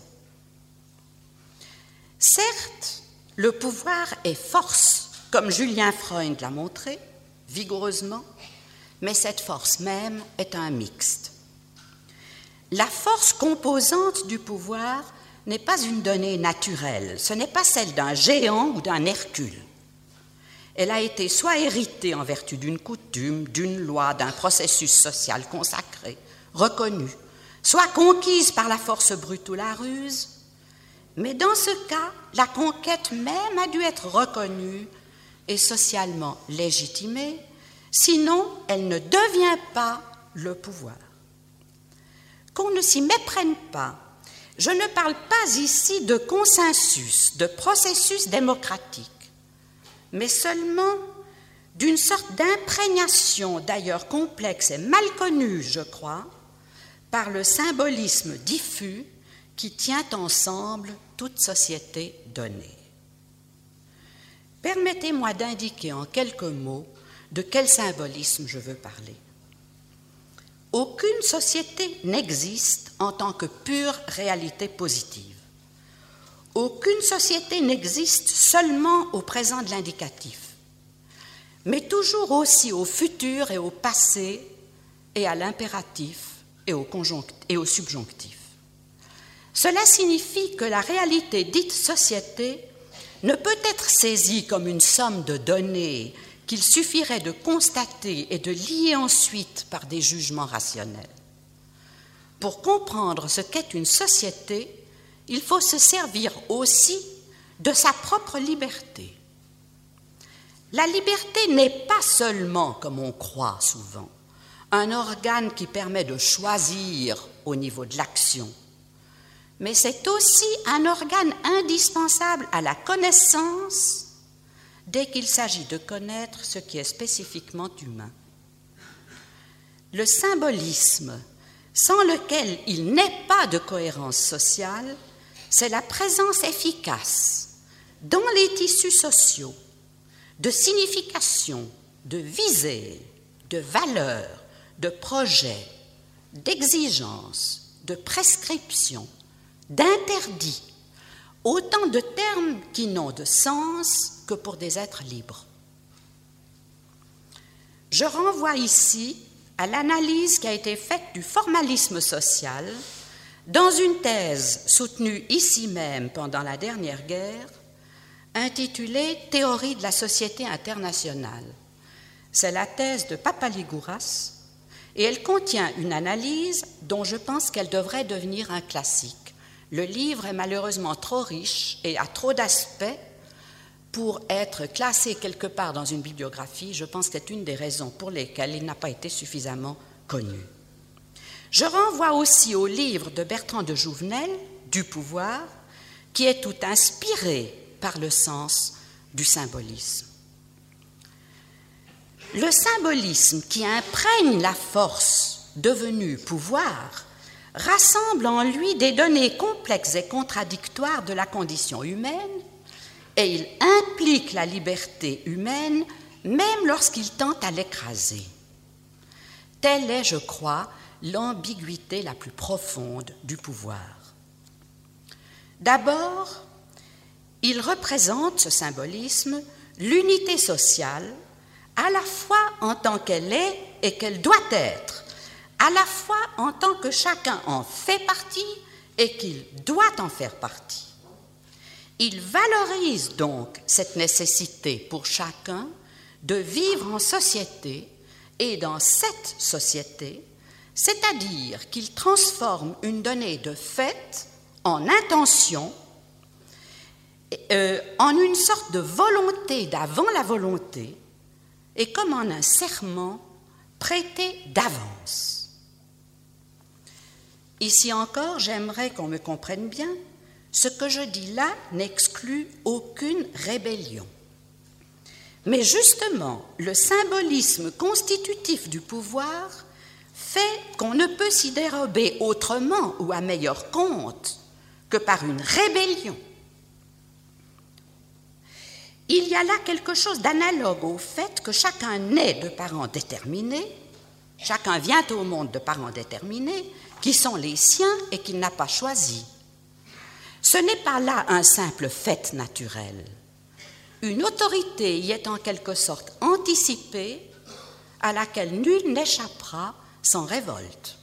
Certes, le pouvoir est force, comme Julien Freund l'a montré vigoureusement, mais cette force même est un mixte. La force composante du pouvoir n'est pas une donnée naturelle, ce n'est pas celle d'un géant ou d'un Hercule. Elle a été soit héritée en vertu d'une coutume, d'une loi, d'un processus social consacré, reconnu, soit conquise par la force brute ou la ruse, mais dans ce cas, la conquête même a dû être reconnue et socialement légitimée, sinon elle ne devient pas le pouvoir. Qu'on ne s'y méprenne pas, je ne parle pas ici de consensus, de processus démocratique, mais seulement d'une sorte d'imprégnation, d'ailleurs complexe et mal connue, je crois, par le symbolisme diffus qui tient ensemble toute société donnée. Permettez-moi d'indiquer en quelques mots de quel symbolisme je veux parler. Aucune société n'existe en tant que pure réalité positive. Aucune société n'existe seulement au présent de l'indicatif, mais toujours aussi au futur et au passé et à l'impératif et au subjonctif. Cela signifie que la réalité dite société ne peut être saisie comme une somme de données qu'il suffirait de constater et de lier ensuite par des jugements rationnels. Pour comprendre ce qu'est une société, il faut se servir aussi de sa propre liberté. La liberté n'est pas seulement, comme on croit souvent, un organe qui permet de choisir au niveau de l'action, mais c'est aussi un organe indispensable à la connaissance dès qu'il s'agit de connaître ce qui est spécifiquement humain. Le symbolisme, sans lequel il n'est pas de cohérence sociale, c'est la présence efficace dans les tissus sociaux de signification, de visée, de valeur, de projet, d'exigence, de prescription, d'interdit, autant de termes qui n'ont de sens que pour des êtres libres. Je renvoie ici à l'analyse qui a été faite du formalisme social dans une thèse soutenue ici même pendant la dernière guerre, intitulée « Théorie de la société internationale ». C'est la thèse de Papaligouras et elle contient une analyse dont je pense qu'elle devrait devenir un classique. Le livre est malheureusement trop riche et a trop d'aspects pour être classé quelque part dans une bibliographie. Je pense que c'est une des raisons pour lesquelles il n'a pas été suffisamment connu. Je renvoie aussi au livre de Bertrand de Jouvenel, Du pouvoir, qui est tout inspiré par le sens du symbolisme. Le symbolisme qui imprègne la force devenue pouvoir rassemble en lui des données complexes et contradictoires de la condition humaine et il implique la liberté humaine même lorsqu'il tente à l'écraser. Telle est, je crois, l'ambiguïté la plus profonde du pouvoir. D'abord, il représente, ce symbolisme, l'unité sociale, à la fois en tant qu'elle est et qu'elle doit être, à la fois en tant que chacun en fait partie et qu'il doit en faire partie. Il valorise donc cette nécessité pour chacun de vivre en société et dans cette société, c'est-à-dire qu'il transforme une donnée de fait en intention, en une sorte de volonté d'avant la volonté et comme en un serment prêté d'avance. Ici encore, j'aimerais qu'on me comprenne bien, ce que je dis là n'exclut aucune rébellion. Mais justement, le symbolisme constitutif du pouvoir fait qu'on ne peut s'y dérober autrement ou à meilleur compte que par une rébellion. Il y a là quelque chose d'analogue au fait que chacun naît de parents déterminés, chacun vient au monde de parents déterminés, qui sont les siens et qu'il n'a pas choisis. Ce n'est pas là un simple fait naturel. Une autorité y est en quelque sorte anticipée, à laquelle nul n'échappera sans révolte.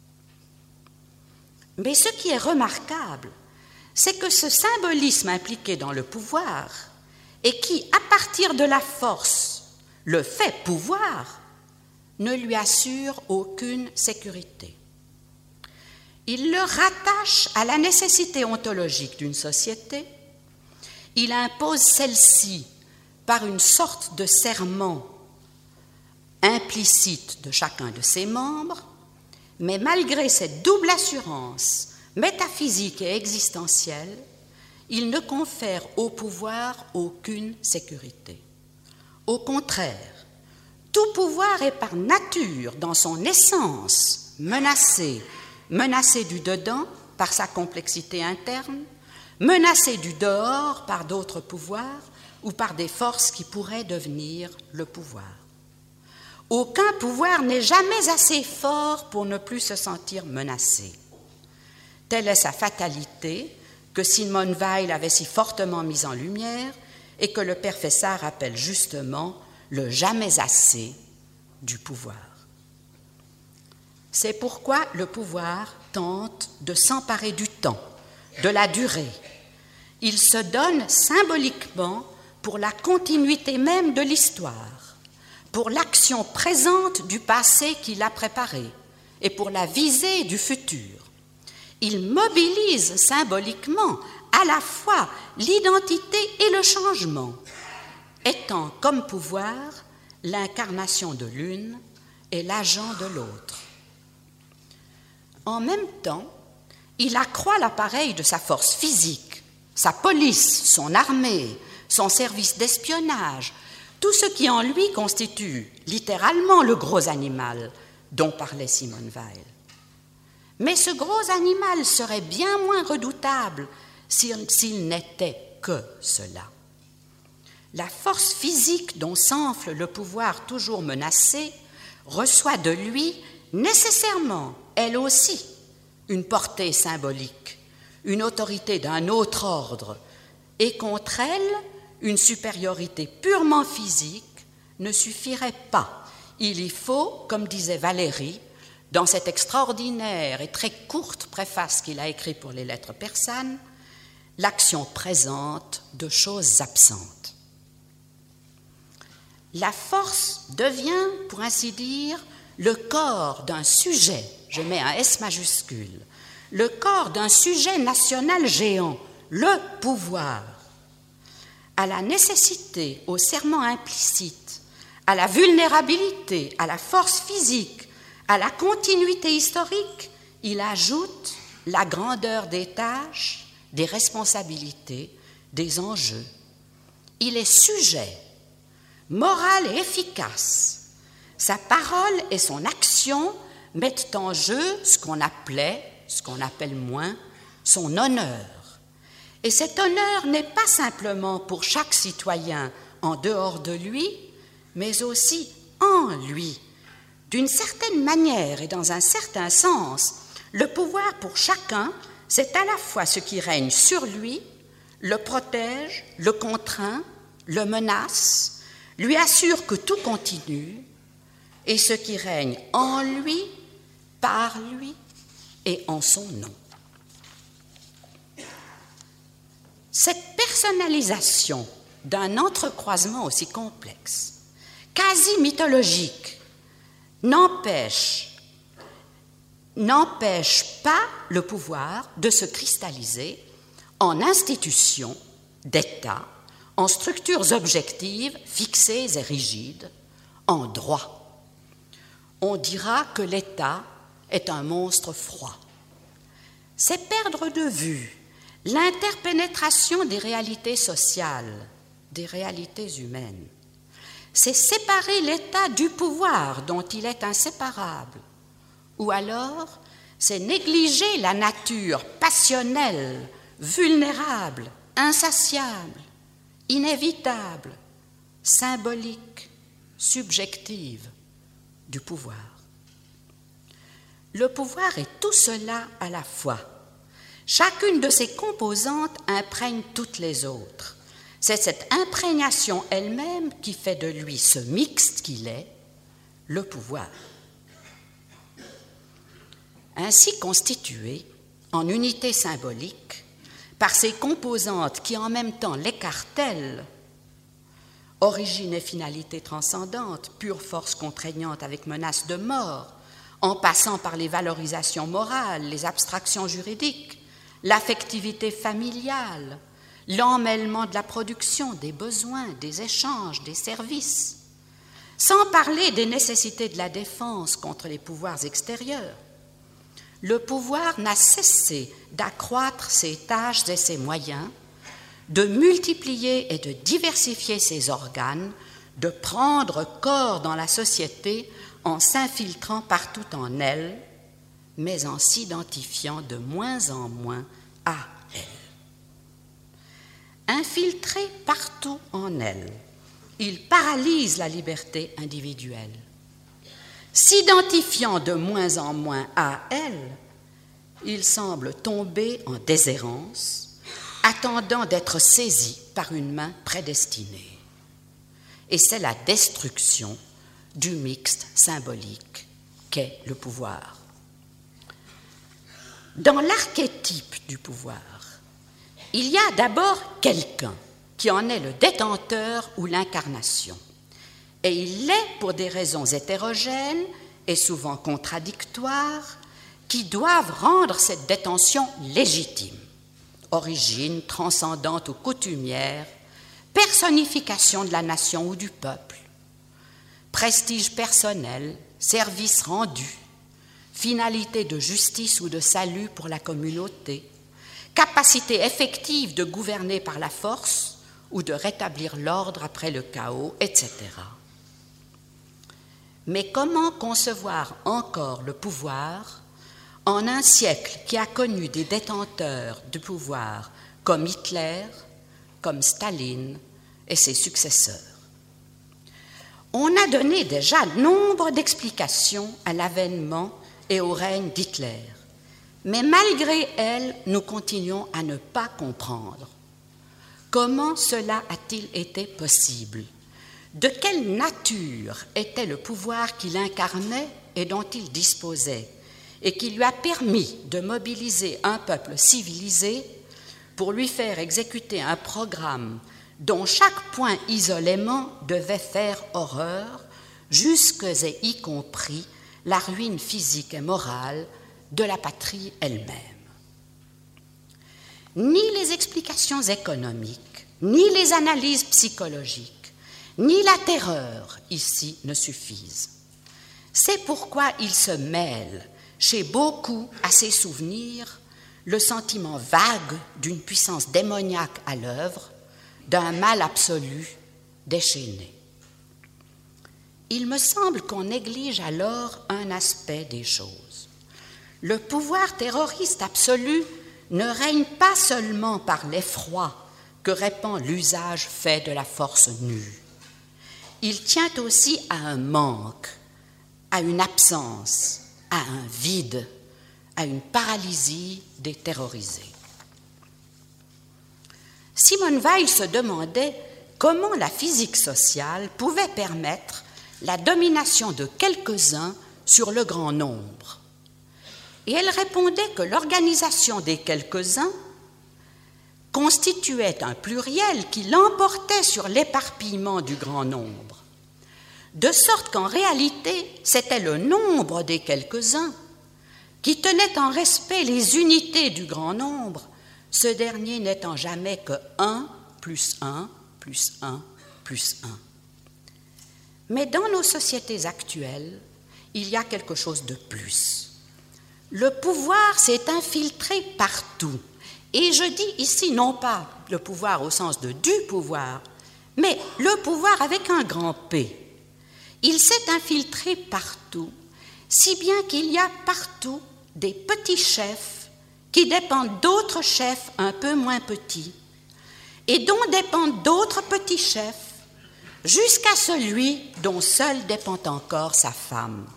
Mais ce qui est remarquable, c'est que ce symbolisme impliqué dans le pouvoir et qui, à partir de la force, le fait pouvoir, ne lui assure aucune sécurité. Il le rattache à la nécessité ontologique d'une société, il impose celle-ci par une sorte de serment implicite de chacun de ses membres, mais malgré cette double assurance métaphysique et existentielle, il ne confère au pouvoir aucune sécurité. Au contraire, tout pouvoir est par nature, dans son essence, menacé, menacé du dedans par sa complexité interne, menacé du dehors par d'autres pouvoirs ou par des forces qui pourraient devenir le pouvoir. Aucun pouvoir n'est jamais assez fort pour ne plus se sentir menacé. Telle est sa fatalité que Simone Weil avait si fortement mise en lumière et que le père Fessard appelle justement le jamais assez du pouvoir. C'est pourquoi le pouvoir tente de s'emparer du temps, de la durée. Il se donne symboliquement pour la continuité même de l'histoire, pour l'action présente du passé qu'il a préparé et pour la visée du futur. Il mobilise symboliquement à la fois l'identité et le changement, étant comme pouvoir l'incarnation de l'une et l'agent de l'autre. En même temps, il accroît l'appareil de sa force physique, sa police, son armée, son service d'espionnage, tout ce qui en lui constitue littéralement le gros animal dont parlait Simone Weil. Mais ce gros animal serait bien moins redoutable s'il n'était que cela. La force physique dont s'enfle le pouvoir toujours menacé reçoit de lui nécessairement, elle aussi, une portée symbolique, une autorité d'un autre ordre, et contre elle, une supériorité purement physique ne suffirait pas. Il y faut, comme disait Valéry, dans cette extraordinaire et très courte préface qu'il a écrite pour les lettres persanes, l'action présente de choses absentes. La force devient, pour ainsi dire, le corps d'un sujet, je mets un S majuscule, le corps d'un sujet national géant, le pouvoir. À la nécessité, au serment implicite, à la vulnérabilité, à la force physique, à la continuité historique, il ajoute la grandeur des tâches, des responsabilités, des enjeux. Il est sujet, moral et efficace. Sa parole et son action mettent en jeu ce qu'on appelle moins, son honneur. Et cet honneur n'est pas simplement pour chaque citoyen en dehors de lui, mais aussi en lui. D'une certaine manière et dans un certain sens, le pouvoir pour chacun, c'est à la fois ce qui règne sur lui, le protège, le contraint, le menace, lui assure que tout continue, et ce qui règne en lui, par lui et en son nom. Cette personnalisation d'un entrecroisement aussi complexe, quasi mythologique, n'empêche pas le pouvoir de se cristalliser en institutions d'État, en structures objectives fixées et rigides, en droit. On dira que l'État est un monstre froid. C'est perdre de vue l'interpénétration des réalités sociales, des réalités humaines. C'est séparer l'État du pouvoir dont il est inséparable. Ou alors, c'est négliger la nature passionnelle, vulnérable, insatiable, inévitable, symbolique, subjective du pouvoir. Le pouvoir est tout cela à la fois. Chacune de ses composantes imprègne toutes les autres. C'est cette imprégnation elle-même qui fait de lui ce mixte qu'il est, le pouvoir. Ainsi constitué en unité symbolique, par ses composantes qui en même temps l'écartèlent, origine et finalité transcendante, pure force contraignante avec menace de mort, en passant par les valorisations morales, les abstractions juridiques, l'affectivité familiale, l'emmêlement de la production, des besoins, des échanges, des services, sans parler des nécessités de la défense contre les pouvoirs extérieurs. Le pouvoir n'a cessé d'accroître ses tâches et ses moyens, de multiplier et de diversifier ses organes, de prendre corps dans la société en s'infiltrant partout en elle, mais en s'identifiant de moins en moins à elle. Infiltré partout en elle, il paralyse la liberté individuelle. S'identifiant de moins en moins à elle, il semble tomber en déshérence, attendant d'être saisi par une main prédestinée. Et c'est la destruction du mixte symbolique qu'est le pouvoir. Dans l'archétype du pouvoir, il y a d'abord quelqu'un qui en est le détenteur ou l'incarnation. Et il l'est pour des raisons hétérogènes et souvent contradictoires qui doivent rendre cette détention légitime. Origine transcendante ou coutumière, personnification de la nation ou du peuple, prestige personnel, service rendu, finalité de justice ou de salut pour la communauté, capacité effective de gouverner par la force ou de rétablir l'ordre après le chaos, etc. Mais comment concevoir encore le pouvoir en un siècle qui a connu des détenteurs du pouvoir comme Hitler, comme Staline et ses successeurs? On a donné déjà nombre d'explications à l'avènement et au règne d'Hitler, mais malgré elles, nous continuons à ne pas comprendre. Comment cela a-t-il été possible? De quelle nature était le pouvoir qu'il incarnait et dont il disposait, et qui lui a permis de mobiliser un peuple civilisé pour lui faire exécuter un programme dont chaque point isolément devait faire horreur, jusque et y compris la ruine physique et morale de la patrie elle-même. Ni les explications économiques, ni les analyses psychologiques, ni la terreur ici ne suffisent. C'est pourquoi il se mêle chez beaucoup à ces souvenirs le sentiment vague d'une puissance démoniaque à l'œuvre, d'un mal absolu déchaîné. Il me semble qu'on néglige alors un aspect des choses. Le pouvoir terroriste absolu ne règne pas seulement par l'effroi que répand l'usage fait de la force nue. Il tient aussi à un manque, à une absence, à un vide, à une paralysie des terrorisés. Simone Weil se demandait comment la physique sociale pouvait permettre la domination de quelques-uns sur le grand nombre. Et elle répondait que l'organisation des quelques-uns constituait un pluriel qui l'emportait sur l'éparpillement du grand nombre, de sorte qu'en réalité, c'était le nombre des quelques-uns qui tenait en respect les unités du grand nombre, ce dernier n'étant jamais que 1 plus 1 plus 1 plus 1. Mais dans nos sociétés actuelles, il y a quelque chose de plus. Le pouvoir s'est infiltré partout. Et je dis ici non pas le pouvoir au sens de du pouvoir, mais le pouvoir avec un grand P. Il s'est infiltré partout, si bien qu'il y a partout des petits chefs qui dépendent d'autres chefs un peu moins petits, et dont dépendent d'autres petits chefs, jusqu'à celui dont seul dépend encore sa femme.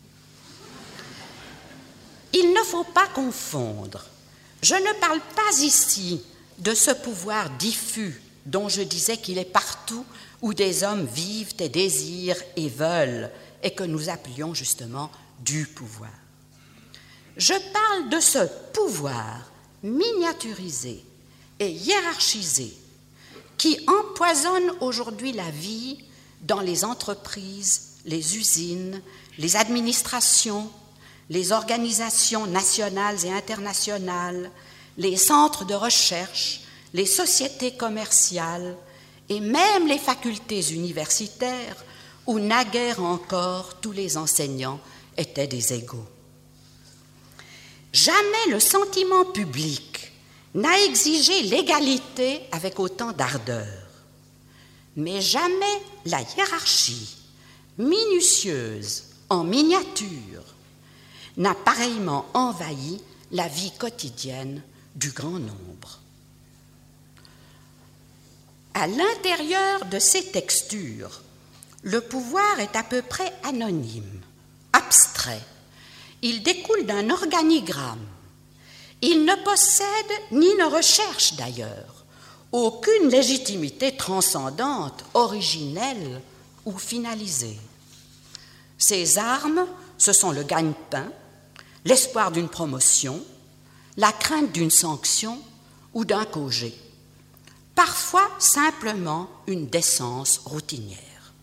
Il ne faut pas confondre. Je ne parle pas ici de ce pouvoir diffus dont je disais qu'il est partout où des hommes vivent et désirent et veulent, et que nous appelions justement du pouvoir. Je parle de ce pouvoir miniaturisé et hiérarchisé qui empoisonne aujourd'hui la vie dans les entreprises, les usines, les administrations, les organisations nationales et internationales, les centres de recherche, les sociétés commerciales et même les facultés universitaires où naguère encore tous les enseignants étaient des égaux. Jamais le sentiment public n'a exigé l'égalité avec autant d'ardeur, mais jamais la hiérarchie, minutieuse, en miniature, n'a pareillement envahi la vie quotidienne du grand nombre. À l'intérieur de ces textures, le pouvoir est à peu près anonyme, abstrait. Il découle d'un organigramme. Il ne possède, ni ne recherche d'ailleurs, aucune légitimité transcendante, originelle ou finalisée. Ses armes, ce sont le gagne-pain, l'espoir d'une promotion, la crainte d'une sanction ou d'un congé, parfois simplement une décence routinière.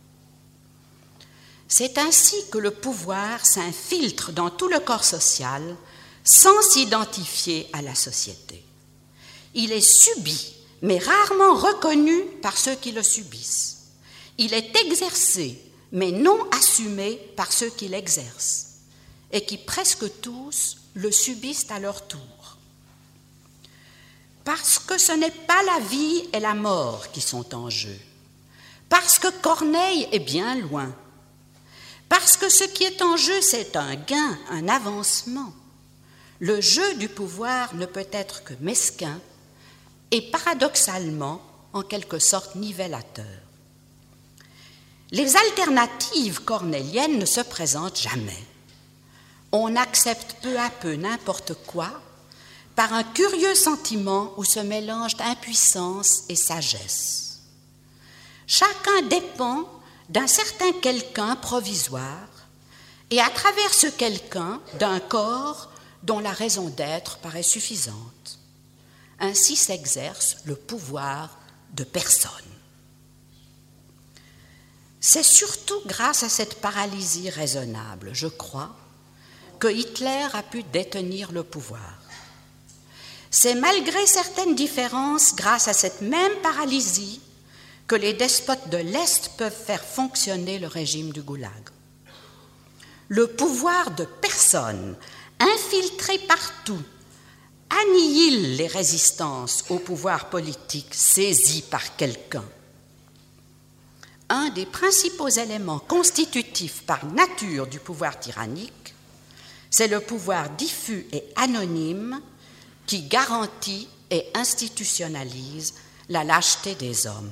C'est ainsi que le pouvoir s'infiltre dans tout le corps social sans s'identifier à la société. Il est subi, mais rarement reconnu par ceux qui le subissent. Il est exercé, mais non assumé par ceux qui l'exercent, et qui presque tous le subissent à leur tour. Parce que ce n'est pas la vie et la mort qui sont en jeu, parce que Corneille est bien loin, parce que ce qui est en jeu, c'est un gain, un avancement. Le jeu du pouvoir ne peut être que mesquin et paradoxalement, en quelque sorte, nivellateur. Les alternatives cornéliennes ne se présentent jamais. On accepte peu à peu n'importe quoi par un curieux sentiment où se mélangent impuissance et sagesse. Chacun dépend d'un certain quelqu'un provisoire et à travers ce quelqu'un d'un corps dont la raison d'être paraît suffisante. Ainsi s'exerce le pouvoir de personne. C'est surtout grâce à cette paralysie raisonnable, je crois, que Hitler a pu détenir le pouvoir. C'est malgré certaines différences, grâce à cette même paralysie, que les despotes de l'Est peuvent faire fonctionner le régime du goulag. Le pouvoir de personne, infiltré partout, annihile les résistances au pouvoir politique saisi par quelqu'un. Un des principaux éléments constitutifs par nature du pouvoir tyrannique, c'est le pouvoir diffus et anonyme qui garantit et institutionnalise la lâcheté des hommes.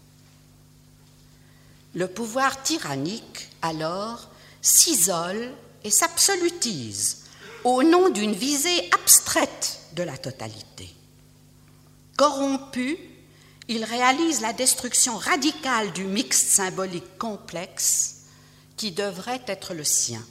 Le pouvoir tyrannique, alors, s'isole et s'absolutise au nom d'une visée abstraite de la totalité. Corrompu, il réalise la destruction radicale du mixte symbolique complexe qui devrait être le sien.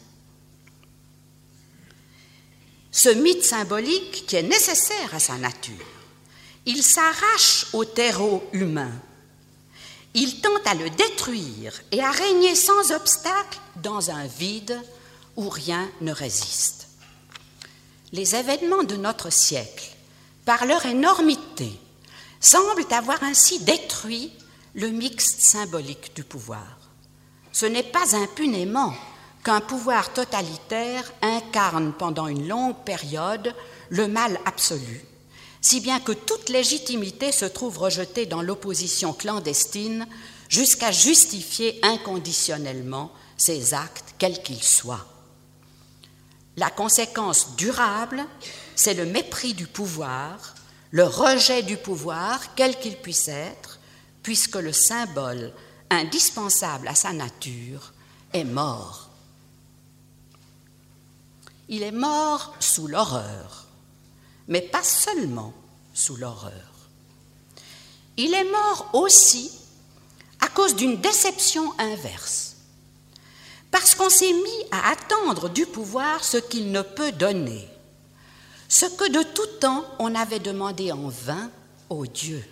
Ce mythe symbolique qui est nécessaire à sa nature, il s'arrache au terreau humain. Il tente à le détruire et à régner sans obstacle dans un vide où rien ne résiste. Les événements de notre siècle, par leur énormité, semblent avoir ainsi détruit le mixte symbolique du pouvoir. Ce n'est pas impunément qu'un pouvoir totalitaire incarne pendant une longue période le mal absolu, si bien que toute légitimité se trouve rejetée dans l'opposition clandestine jusqu'à justifier inconditionnellement ses actes, quels qu'ils soient. La conséquence durable, c'est le mépris du pouvoir, le rejet du pouvoir, quel qu'il puisse être, puisque le symbole indispensable à sa nature est mort. Il est mort sous l'horreur, mais pas seulement sous l'horreur. Il est mort aussi à cause d'une déception inverse, parce qu'on s'est mis à attendre du pouvoir ce qu'il ne peut donner, ce que de tout temps on avait demandé en vain aux dieux.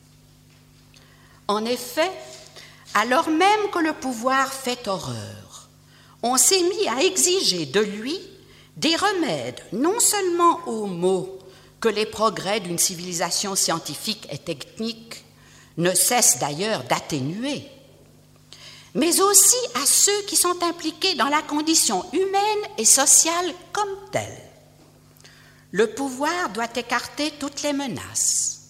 En effet, alors même que le pouvoir fait horreur, on s'est mis à exiger de lui des remèdes non seulement aux maux que les progrès d'une civilisation scientifique et technique ne cessent d'ailleurs d'atténuer, mais aussi à ceux qui sont impliqués dans la condition humaine et sociale comme telle. Le pouvoir doit écarter toutes les menaces,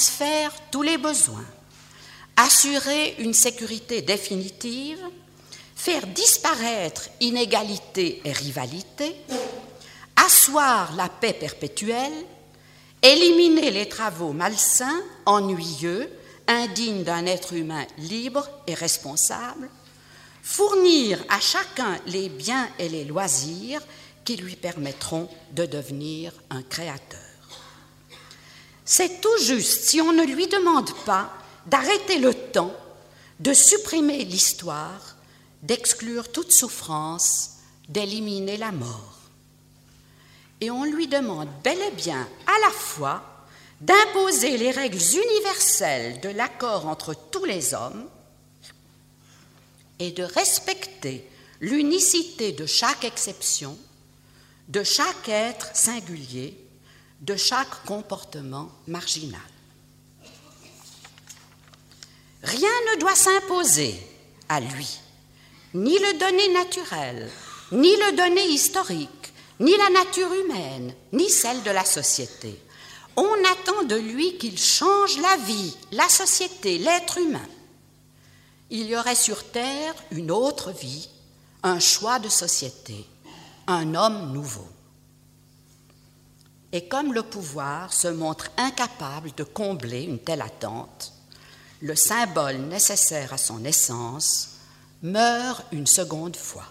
satisfaire tous les besoins, assurer une sécurité définitive, faire disparaître inégalité et rivalité, asseoir la paix perpétuelle, éliminer les travaux malsains, ennuyeux, indignes d'un être humain libre et responsable, fournir à chacun les biens et les loisirs qui lui permettront de devenir un créateur. C'est tout juste si on ne lui demande pas d'arrêter le temps, de supprimer l'histoire, d'exclure toute souffrance, d'éliminer la mort. Et on lui demande bel et bien à la fois d'imposer les règles universelles de l'accord entre tous les hommes et de respecter l'unicité de chaque exception, de chaque être singulier, de chaque comportement marginal. Rien ne doit s'imposer à lui, ni le donné naturel, ni le donné historique, ni la nature humaine, ni celle de la société. On attend de lui qu'il change la vie, la société, l'être humain. Il y aurait sur Terre une autre vie, un choix de société, un homme nouveau. Et comme le pouvoir se montre incapable de combler une telle attente, le symbole nécessaire à son essence meurt une seconde fois.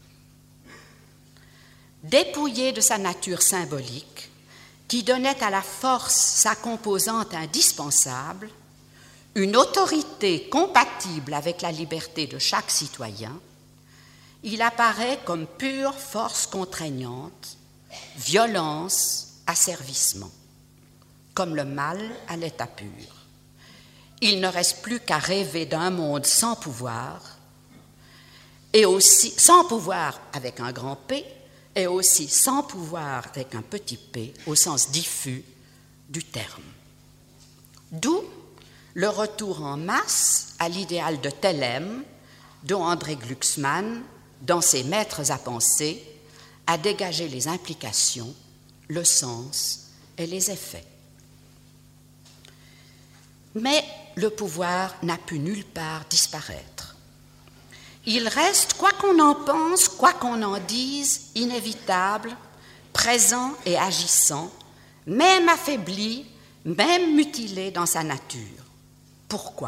Dépouillé de sa nature symbolique, qui donnait à la force sa composante indispensable, une autorité compatible avec la liberté de chaque citoyen, il apparaît comme pure force contraignante, violence, asservissement, comme le mal à l'état pur. Il ne reste plus qu'à rêver d'un monde sans pouvoir, et aussi sans pouvoir avec un grand P, et aussi sans pouvoir avec un petit p au sens diffus du terme. D'où le retour en masse à l'idéal de Thélème, dont André Glucksmann, dans ses Maîtres à penser, a dégagé les implications, le sens et les effets. Mais le pouvoir n'a pu nulle part disparaître. Il reste, quoi qu'on en pense, quoi qu'on en dise, inévitable, présent et agissant, même affaibli, même mutilé dans sa nature. Pourquoi ?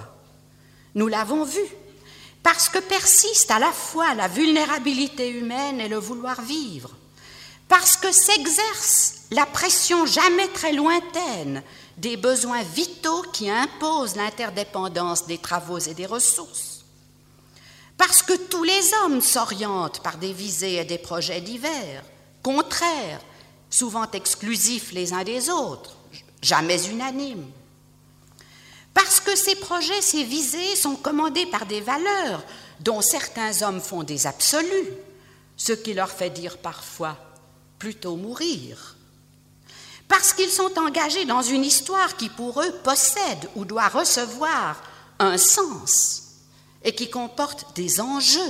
Nous l'avons vu, parce que persiste à la fois la vulnérabilité humaine et le vouloir vivre, parce que s'exerce la pression jamais très lointaine des besoins vitaux qui imposent l'interdépendance des travaux et des ressources, parce que tous les hommes s'orientent par des visées et des projets divers, contraires, souvent exclusifs les uns des autres, jamais unanimes. Parce que ces projets, ces visées sont commandés par des valeurs dont certains hommes font des absolus, ce qui leur fait dire parfois plutôt mourir. Parce qu'ils sont engagés dans une histoire qui pour eux possède ou doit recevoir un sens et qui comporte des enjeux.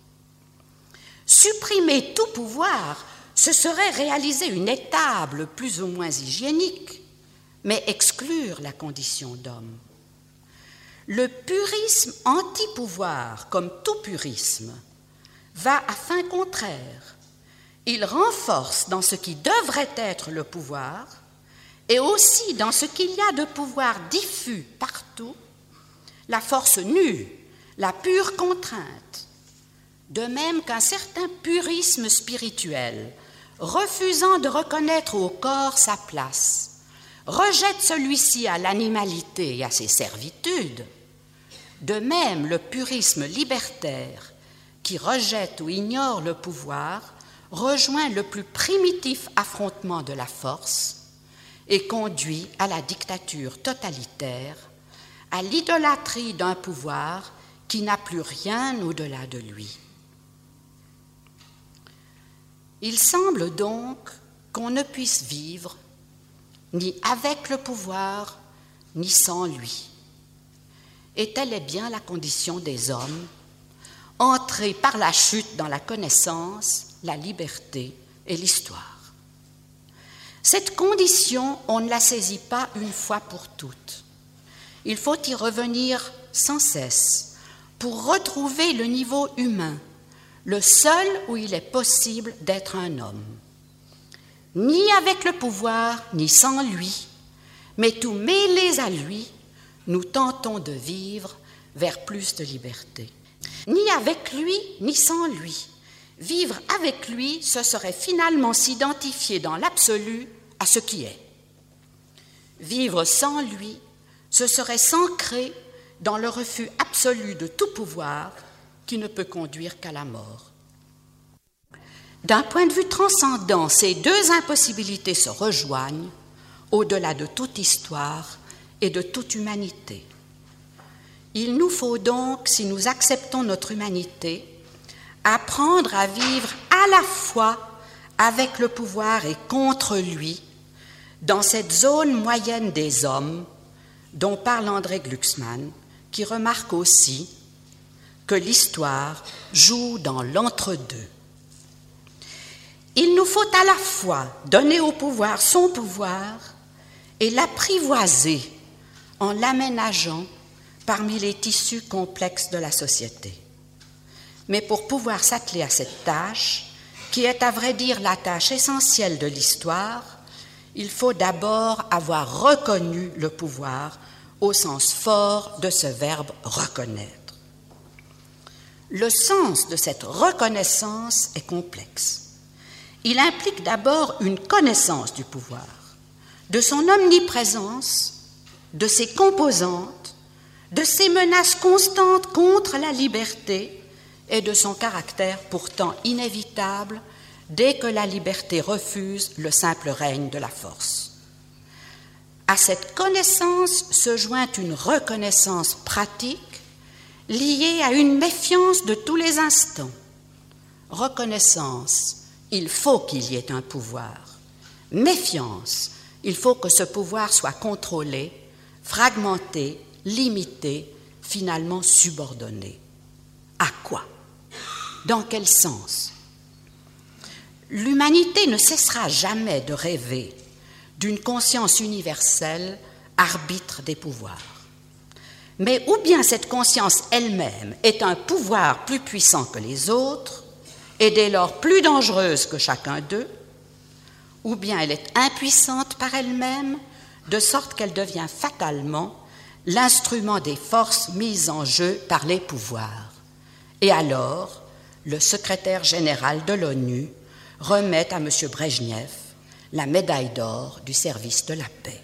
Supprimer tout pouvoir, ce serait réaliser une étable plus ou moins hygiénique, mais exclure la condition d'homme. Le purisme anti-pouvoir, comme tout purisme, va à fin contraire. Il renforce dans ce qui devrait être le pouvoir et aussi dans ce qu'il y a de pouvoir diffus partout, la force nue, la pure contrainte, de même qu'un certain purisme spirituel, refusant de reconnaître au corps sa place, rejette celui-ci à l'animalité et à ses servitudes. De même, le purisme libertaire, qui rejette ou ignore le pouvoir, rejoint le plus primitif affrontement de la force et conduit à la dictature totalitaire, à l'idolâtrie d'un pouvoir qui n'a plus rien au-delà de lui. Il semble donc qu'on ne puisse vivre ni avec le pouvoir, ni sans lui. Et telle est bien la condition des hommes, entrés par la chute dans la connaissance, la liberté et l'histoire. Cette condition, on ne la saisit pas une fois pour toutes. Il faut y revenir sans cesse pour retrouver le niveau humain, le seul où il est possible d'être un homme. Ni avec le pouvoir, ni sans lui, mais tout mêlés à lui, nous tentons de vivre vers plus de liberté. Ni avec lui, ni sans lui. Vivre avec lui, ce serait finalement s'identifier dans l'absolu à ce qui est. Vivre sans lui, ce serait s'ancrer dans le refus absolu de tout pouvoir qui ne peut conduire qu'à la mort. D'un point de vue transcendant, ces deux impossibilités se rejoignent au-delà de toute histoire et de toute humanité. Il nous faut donc, si nous acceptons notre humanité, apprendre à vivre à la fois avec le pouvoir et contre lui, dans cette zone moyenne des hommes dont parle André Glucksmann, qui remarque aussi que l'histoire joue dans l'entre-deux. Il nous faut à la fois donner au pouvoir son pouvoir et l'apprivoiser en l'aménageant parmi les tissus complexes de la société. Mais pour pouvoir s'atteler à cette tâche, qui est à vrai dire la tâche essentielle de l'histoire, il faut d'abord avoir reconnu le pouvoir au sens fort de ce verbe « reconnaître ». Le sens de cette reconnaissance est complexe. Il implique d'abord une connaissance du pouvoir, de son omniprésence, de ses composantes, de ses menaces constantes contre la liberté et de son caractère pourtant inévitable dès que la liberté refuse le simple règne de la force. À cette connaissance se joint une reconnaissance pratique liée à une méfiance de tous les instants. Reconnaissance, il faut qu'il y ait un pouvoir. Méfiance, il faut que ce pouvoir soit contrôlé, fragmenté, limité, finalement subordonné. À quoi? Dans quel sens? L'humanité ne cessera jamais de rêver d'une conscience universelle, arbitre des pouvoirs. Mais ou bien cette conscience elle-même est un pouvoir plus puissant que les autres, et dès lors plus dangereuse que chacun d'eux, ou bien elle est impuissante par elle-même, de sorte qu'elle devient fatalement l'instrument des forces mises en jeu par les pouvoirs. Et alors, le secrétaire général de l'ONU remet à M. Brejnev la médaille d'or du service de la paix.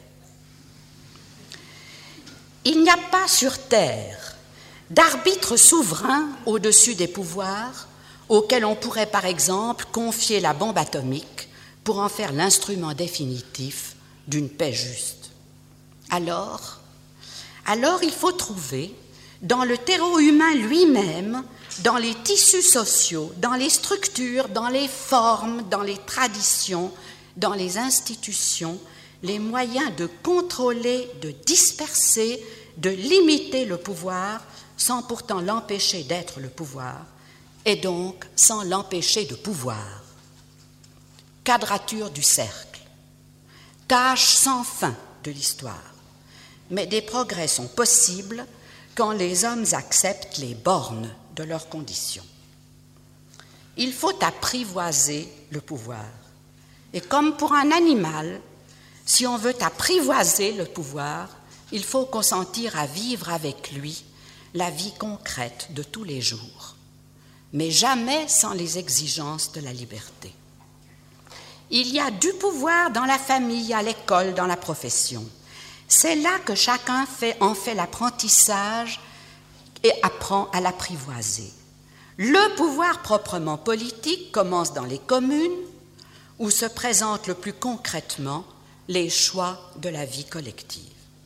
Il n'y a pas sur Terre d'arbitre souverain au-dessus des pouvoirs auquel on pourrait par exemple confier la bombe atomique pour en faire l'instrument définitif d'une paix juste. Alors il faut trouver dans le terreau humain lui-même, dans les tissus sociaux, dans les structures, dans les formes, dans les traditions, dans les institutions, les moyens de contrôler, de disperser, de limiter le pouvoir sans pourtant l'empêcher d'être le pouvoir et donc sans l'empêcher de pouvoir. Quadrature du cercle, tâche sans fin de l'histoire. Mais des progrès sont possibles quand les hommes acceptent les bornes de leurs conditions. Il faut apprivoiser le pouvoir. Et comme pour un animal, si on veut apprivoiser le pouvoir, il faut consentir à vivre avec lui la vie concrète de tous les jours, mais jamais sans les exigences de la liberté. Il y a du pouvoir dans la famille, à l'école, dans la profession. C'est là que chacun en fait l'apprentissage et apprend à l'apprivoiser. Le pouvoir proprement politique commence dans les communes, où se présentent le plus concrètement les choix de la vie collective.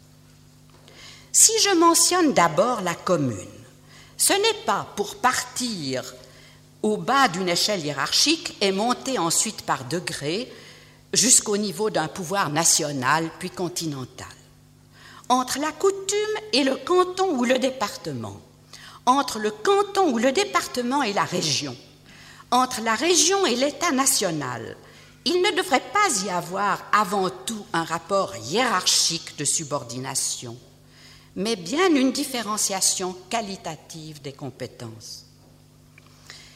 Si je mentionne d'abord la commune, ce n'est pas pour partir au bas d'une échelle hiérarchique et monter ensuite par degrés jusqu'au niveau d'un pouvoir national puis continental. Entre la coutume et le canton ou le département, entre le canton ou le département et la région, entre la région et l'État national, il ne devrait pas y avoir avant tout un rapport hiérarchique de subordination, mais bien une différenciation qualitative des compétences.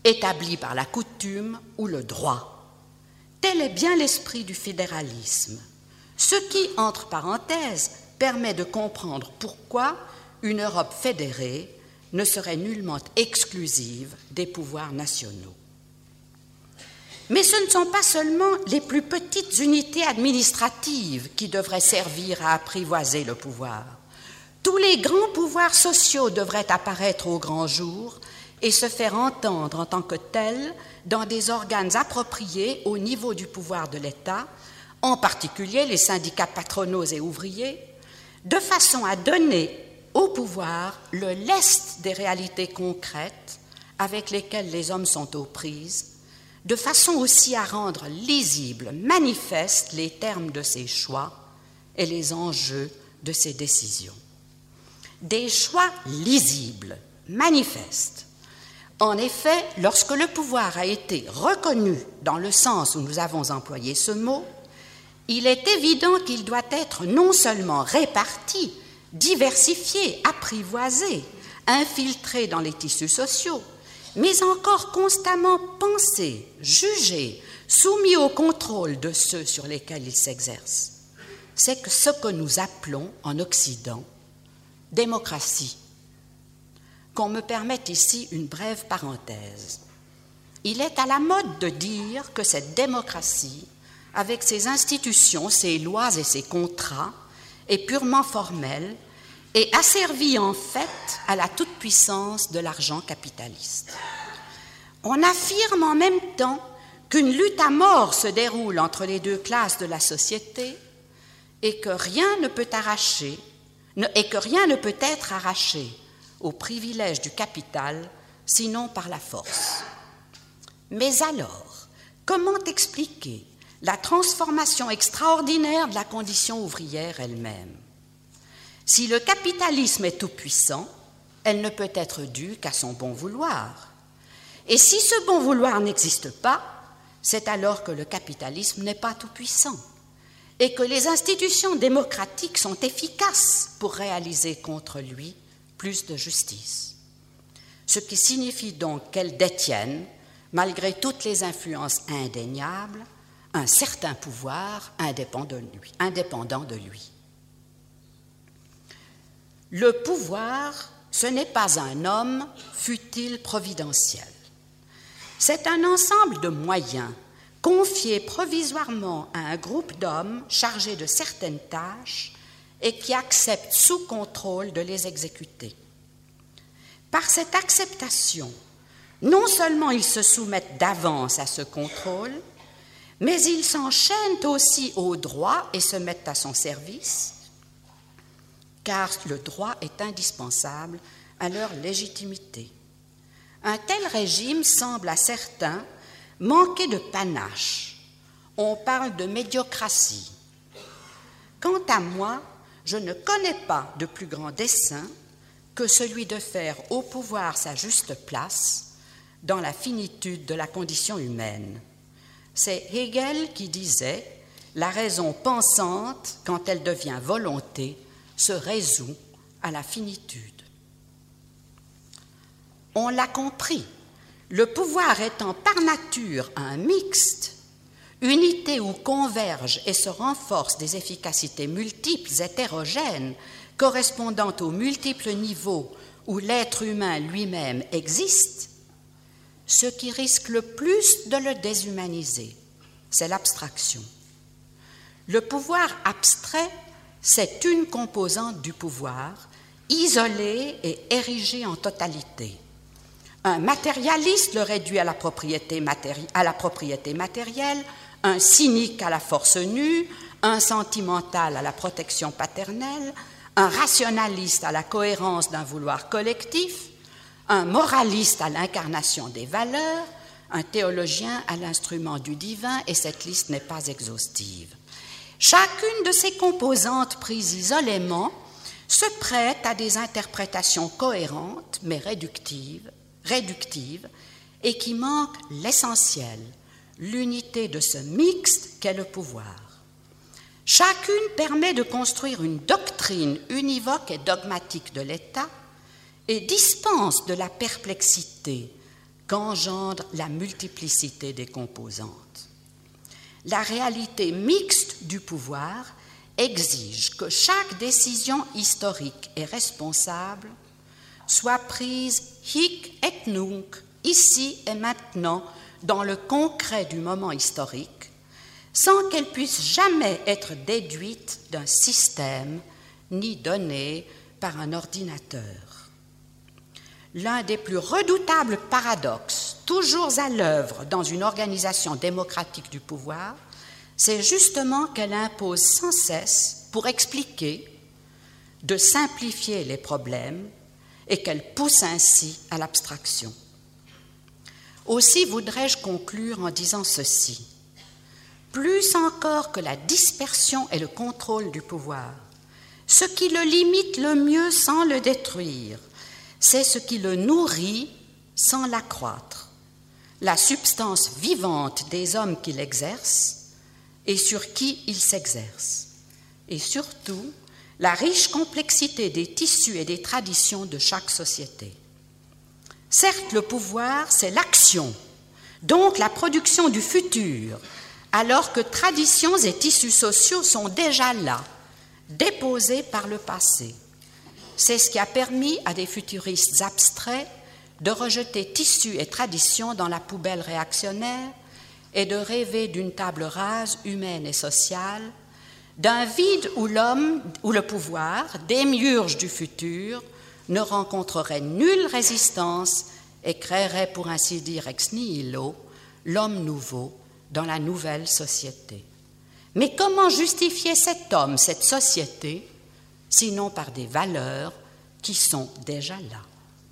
établi par la coutume ou le droit. Tel est bien l'esprit du fédéralisme, ce qui, entre parenthèses, permet de comprendre pourquoi une Europe fédérée ne serait nullement exclusive des pouvoirs nationaux. Mais ce ne sont pas seulement les plus petites unités administratives qui devraient servir à apprivoiser le pouvoir. Tous les grands pouvoirs sociaux devraient apparaître au grand jour et se faire entendre en tant que tels dans des organes appropriés au niveau du pouvoir de l'État, en particulier les syndicats patronaux et ouvriers, de façon à donner au pouvoir le lest des réalités concrètes avec lesquelles les hommes sont aux prises, de façon aussi à rendre lisibles, manifestes les termes de ses choix et les enjeux de ses décisions. Des choix lisibles, manifestes. En effet, lorsque le pouvoir a été reconnu dans le sens où nous avons employé ce mot, il est évident qu'il doit être non seulement réparti, diversifié, apprivoisé, infiltré dans les tissus sociaux, mais encore constamment pensé, jugé, soumis au contrôle de ceux sur lesquels il s'exerce. C'est ce que nous appelons en Occident démocratie. Qu'on me permette ici une brève parenthèse. Il est à la mode de dire que cette démocratie, avec ses institutions, ses lois et ses contrats, est purement formelle et asservie en fait à la toute-puissance de l'argent capitaliste. On affirme en même temps qu'une lutte à mort se déroule entre les deux classes de la société et que rien ne peut être arraché au privilège du capital, sinon par la force. Mais alors, comment expliquer la transformation extraordinaire de la condition ouvrière elle-même? Si le capitalisme est tout-puissant, elle ne peut être due qu'à son bon vouloir. Et si ce bon vouloir n'existe pas, c'est alors que le capitalisme n'est pas tout-puissant et que les institutions démocratiques sont efficaces pour réaliser contre lui plus de justice. Ce qui signifie donc qu'elles détiennent, malgré toutes les influences indéniables, un certain pouvoir indépendant de lui. Le pouvoir, ce n'est pas un homme, fût-il providentiel. C'est un ensemble de moyens confiés provisoirement à un groupe d'hommes chargés de certaines tâches et qui acceptent sous contrôle de les exécuter. Par cette acceptation, non seulement ils se soumettent d'avance à ce contrôle, mais ils s'enchaînent aussi au droit et se mettent à son service, car le droit est indispensable à leur légitimité. Un tel régime semble à certains manquer de panache. On parle de médiocratie. Quant à moi, je ne connais pas de plus grand dessein que celui de faire au pouvoir sa juste place dans la finitude de la condition humaine. C'est Hegel qui disait « La raison pensante, quand elle devient volonté, se résout à la finitude. » On l'a compris, le pouvoir étant par nature un mixte, unité où convergent et se renforcent des efficacités multiples, hétérogènes, correspondant aux multiples niveaux où l'être humain lui-même existe, ce qui risque le plus de le déshumaniser, c'est l'abstraction. Le pouvoir abstrait, c'est une composante du pouvoir, isolée et érigée en totalité. Un matérialiste le réduit à la propriété matérielle, un cynique à la force nue, un sentimental à la protection paternelle, un rationaliste à la cohérence d'un vouloir collectif, un moraliste à l'incarnation des valeurs, un théologien à l'instrument du divin, et cette liste n'est pas exhaustive. Chacune de ces composantes prises isolément se prête à des interprétations cohérentes mais réductives, et qui manquent l'essentiel, l'unité de ce mixte qu'est le pouvoir. Chacune permet de construire une doctrine univoque et dogmatique de l'État et dispense de la perplexité qu'engendre la multiplicité des composantes. La réalité mixte du pouvoir exige que chaque décision historique et responsable soit prise hic et nunc, ici et maintenant, dans le concret du moment historique, sans qu'elle puisse jamais être déduite d'un système ni donnée par un ordinateur. L'un des plus redoutables paradoxes toujours à l'œuvre dans une organisation démocratique du pouvoir, c'est justement qu'elle impose sans cesse, pour expliquer, de simplifier les problèmes et qu'elle pousse ainsi à l'abstraction. Aussi voudrais-je conclure en disant ceci. Plus encore que la dispersion et le contrôle du pouvoir, ce qui le limite le mieux sans le détruire, c'est ce qui le nourrit sans l'accroître, la substance vivante des hommes qui l'exercent et sur qui il s'exerce, et surtout la riche complexité des tissus et des traditions de chaque société. Certes, le pouvoir, c'est l'action, donc la production du futur, alors que traditions et tissus sociaux sont déjà là, déposés par le passé. C'est ce qui a permis à des futuristes abstraits de rejeter tissus et traditions dans la poubelle réactionnaire et de rêver d'une table rase humaine et sociale, d'un vide où l'homme, où le pouvoir, démiurge du futur, ne rencontrerait nulle résistance et créerait, pour ainsi dire, ex nihilo, l'homme nouveau dans la nouvelle société. Mais comment justifier cet homme, cette société, sinon par des valeurs qui sont déjà là?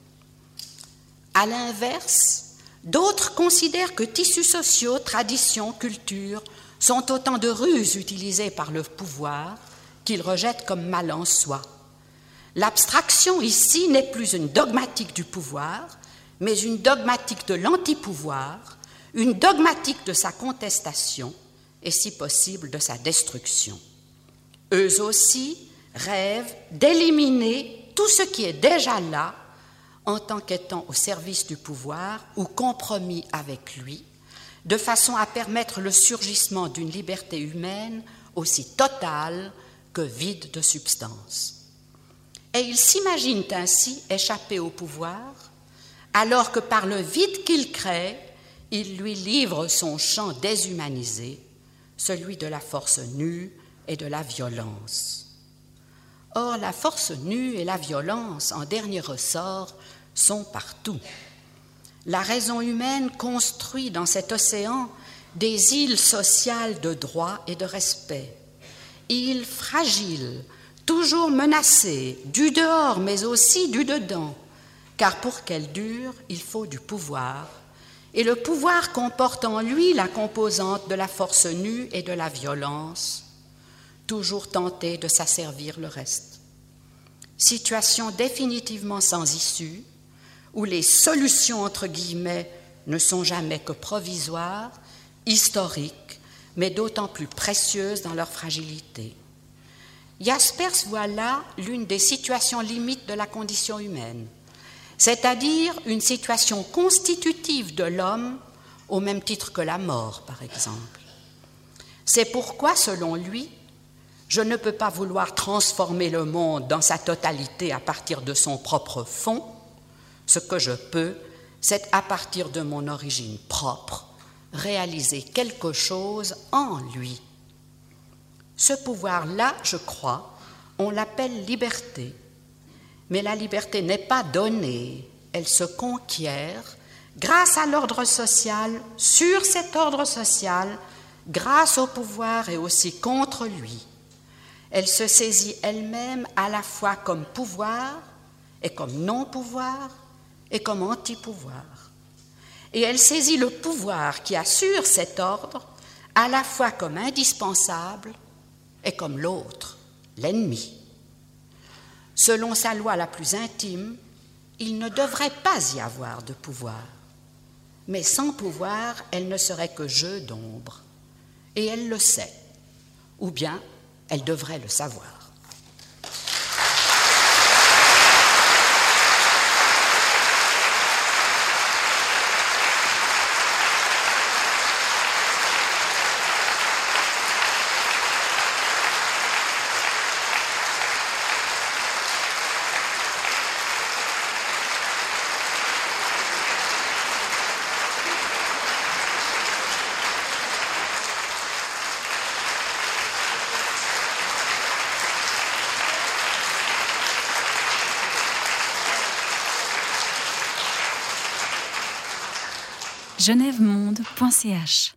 À l'inverse, d'autres considèrent que tissus sociaux, traditions, culture sont autant de ruses utilisées par le pouvoir qu'ils rejettent comme mal en soi. L'abstraction ici n'est plus une dogmatique du pouvoir, mais une dogmatique de l'antipouvoir, une dogmatique de sa contestation et, si possible, de sa destruction. Eux aussi rêvent d'éliminer tout ce qui est déjà là en tant qu'étant au service du pouvoir ou compromis avec lui, de façon à permettre le surgissement d'une liberté humaine aussi totale que vide de substance. Et ils s'imaginent ainsi échapper au pouvoir, alors que par le vide qu'il crée, il lui livre son champ déshumanisé, celui de la force nue et de la violence. Or, la force nue et la violence, en dernier ressort, sont partout. La raison humaine construit dans cet océan des îles sociales de droit et de respect, îles fragiles, toujours menacées, du dehors mais aussi du dedans, car pour qu'elles durent, il faut du pouvoir, et le pouvoir comporte en lui la composante de la force nue et de la violence, toujours tenté de s'asservir le reste. Situation définitivement sans issue, où les solutions, entre guillemets, ne sont jamais que provisoires, historiques, mais d'autant plus précieuses dans leur fragilité. Jaspers voit là l'une des situations limites de la condition humaine, c'est-à-dire une situation constitutive de l'homme, au même titre que la mort, par exemple. C'est pourquoi, selon lui, je ne peux pas vouloir transformer le monde dans sa totalité à partir de son propre fond. Ce que je peux, c'est à partir de mon origine propre, réaliser quelque chose en lui. Ce pouvoir-là, je crois, on l'appelle liberté. Mais la liberté n'est pas donnée, elle se conquiert grâce à l'ordre social, sur cet ordre social, grâce au pouvoir et aussi contre lui. Elle se saisit elle-même à la fois comme pouvoir et comme non-pouvoir et comme anti-pouvoir. Et elle saisit le pouvoir qui assure cet ordre à la fois comme indispensable et comme l'autre, l'ennemi. Selon sa loi la plus intime, il ne devrait pas y avoir de pouvoir. Mais sans pouvoir, elle ne serait que jeu d'ombre. Et elle le sait, ou bien elle devrait le savoir. genèvemonde.ch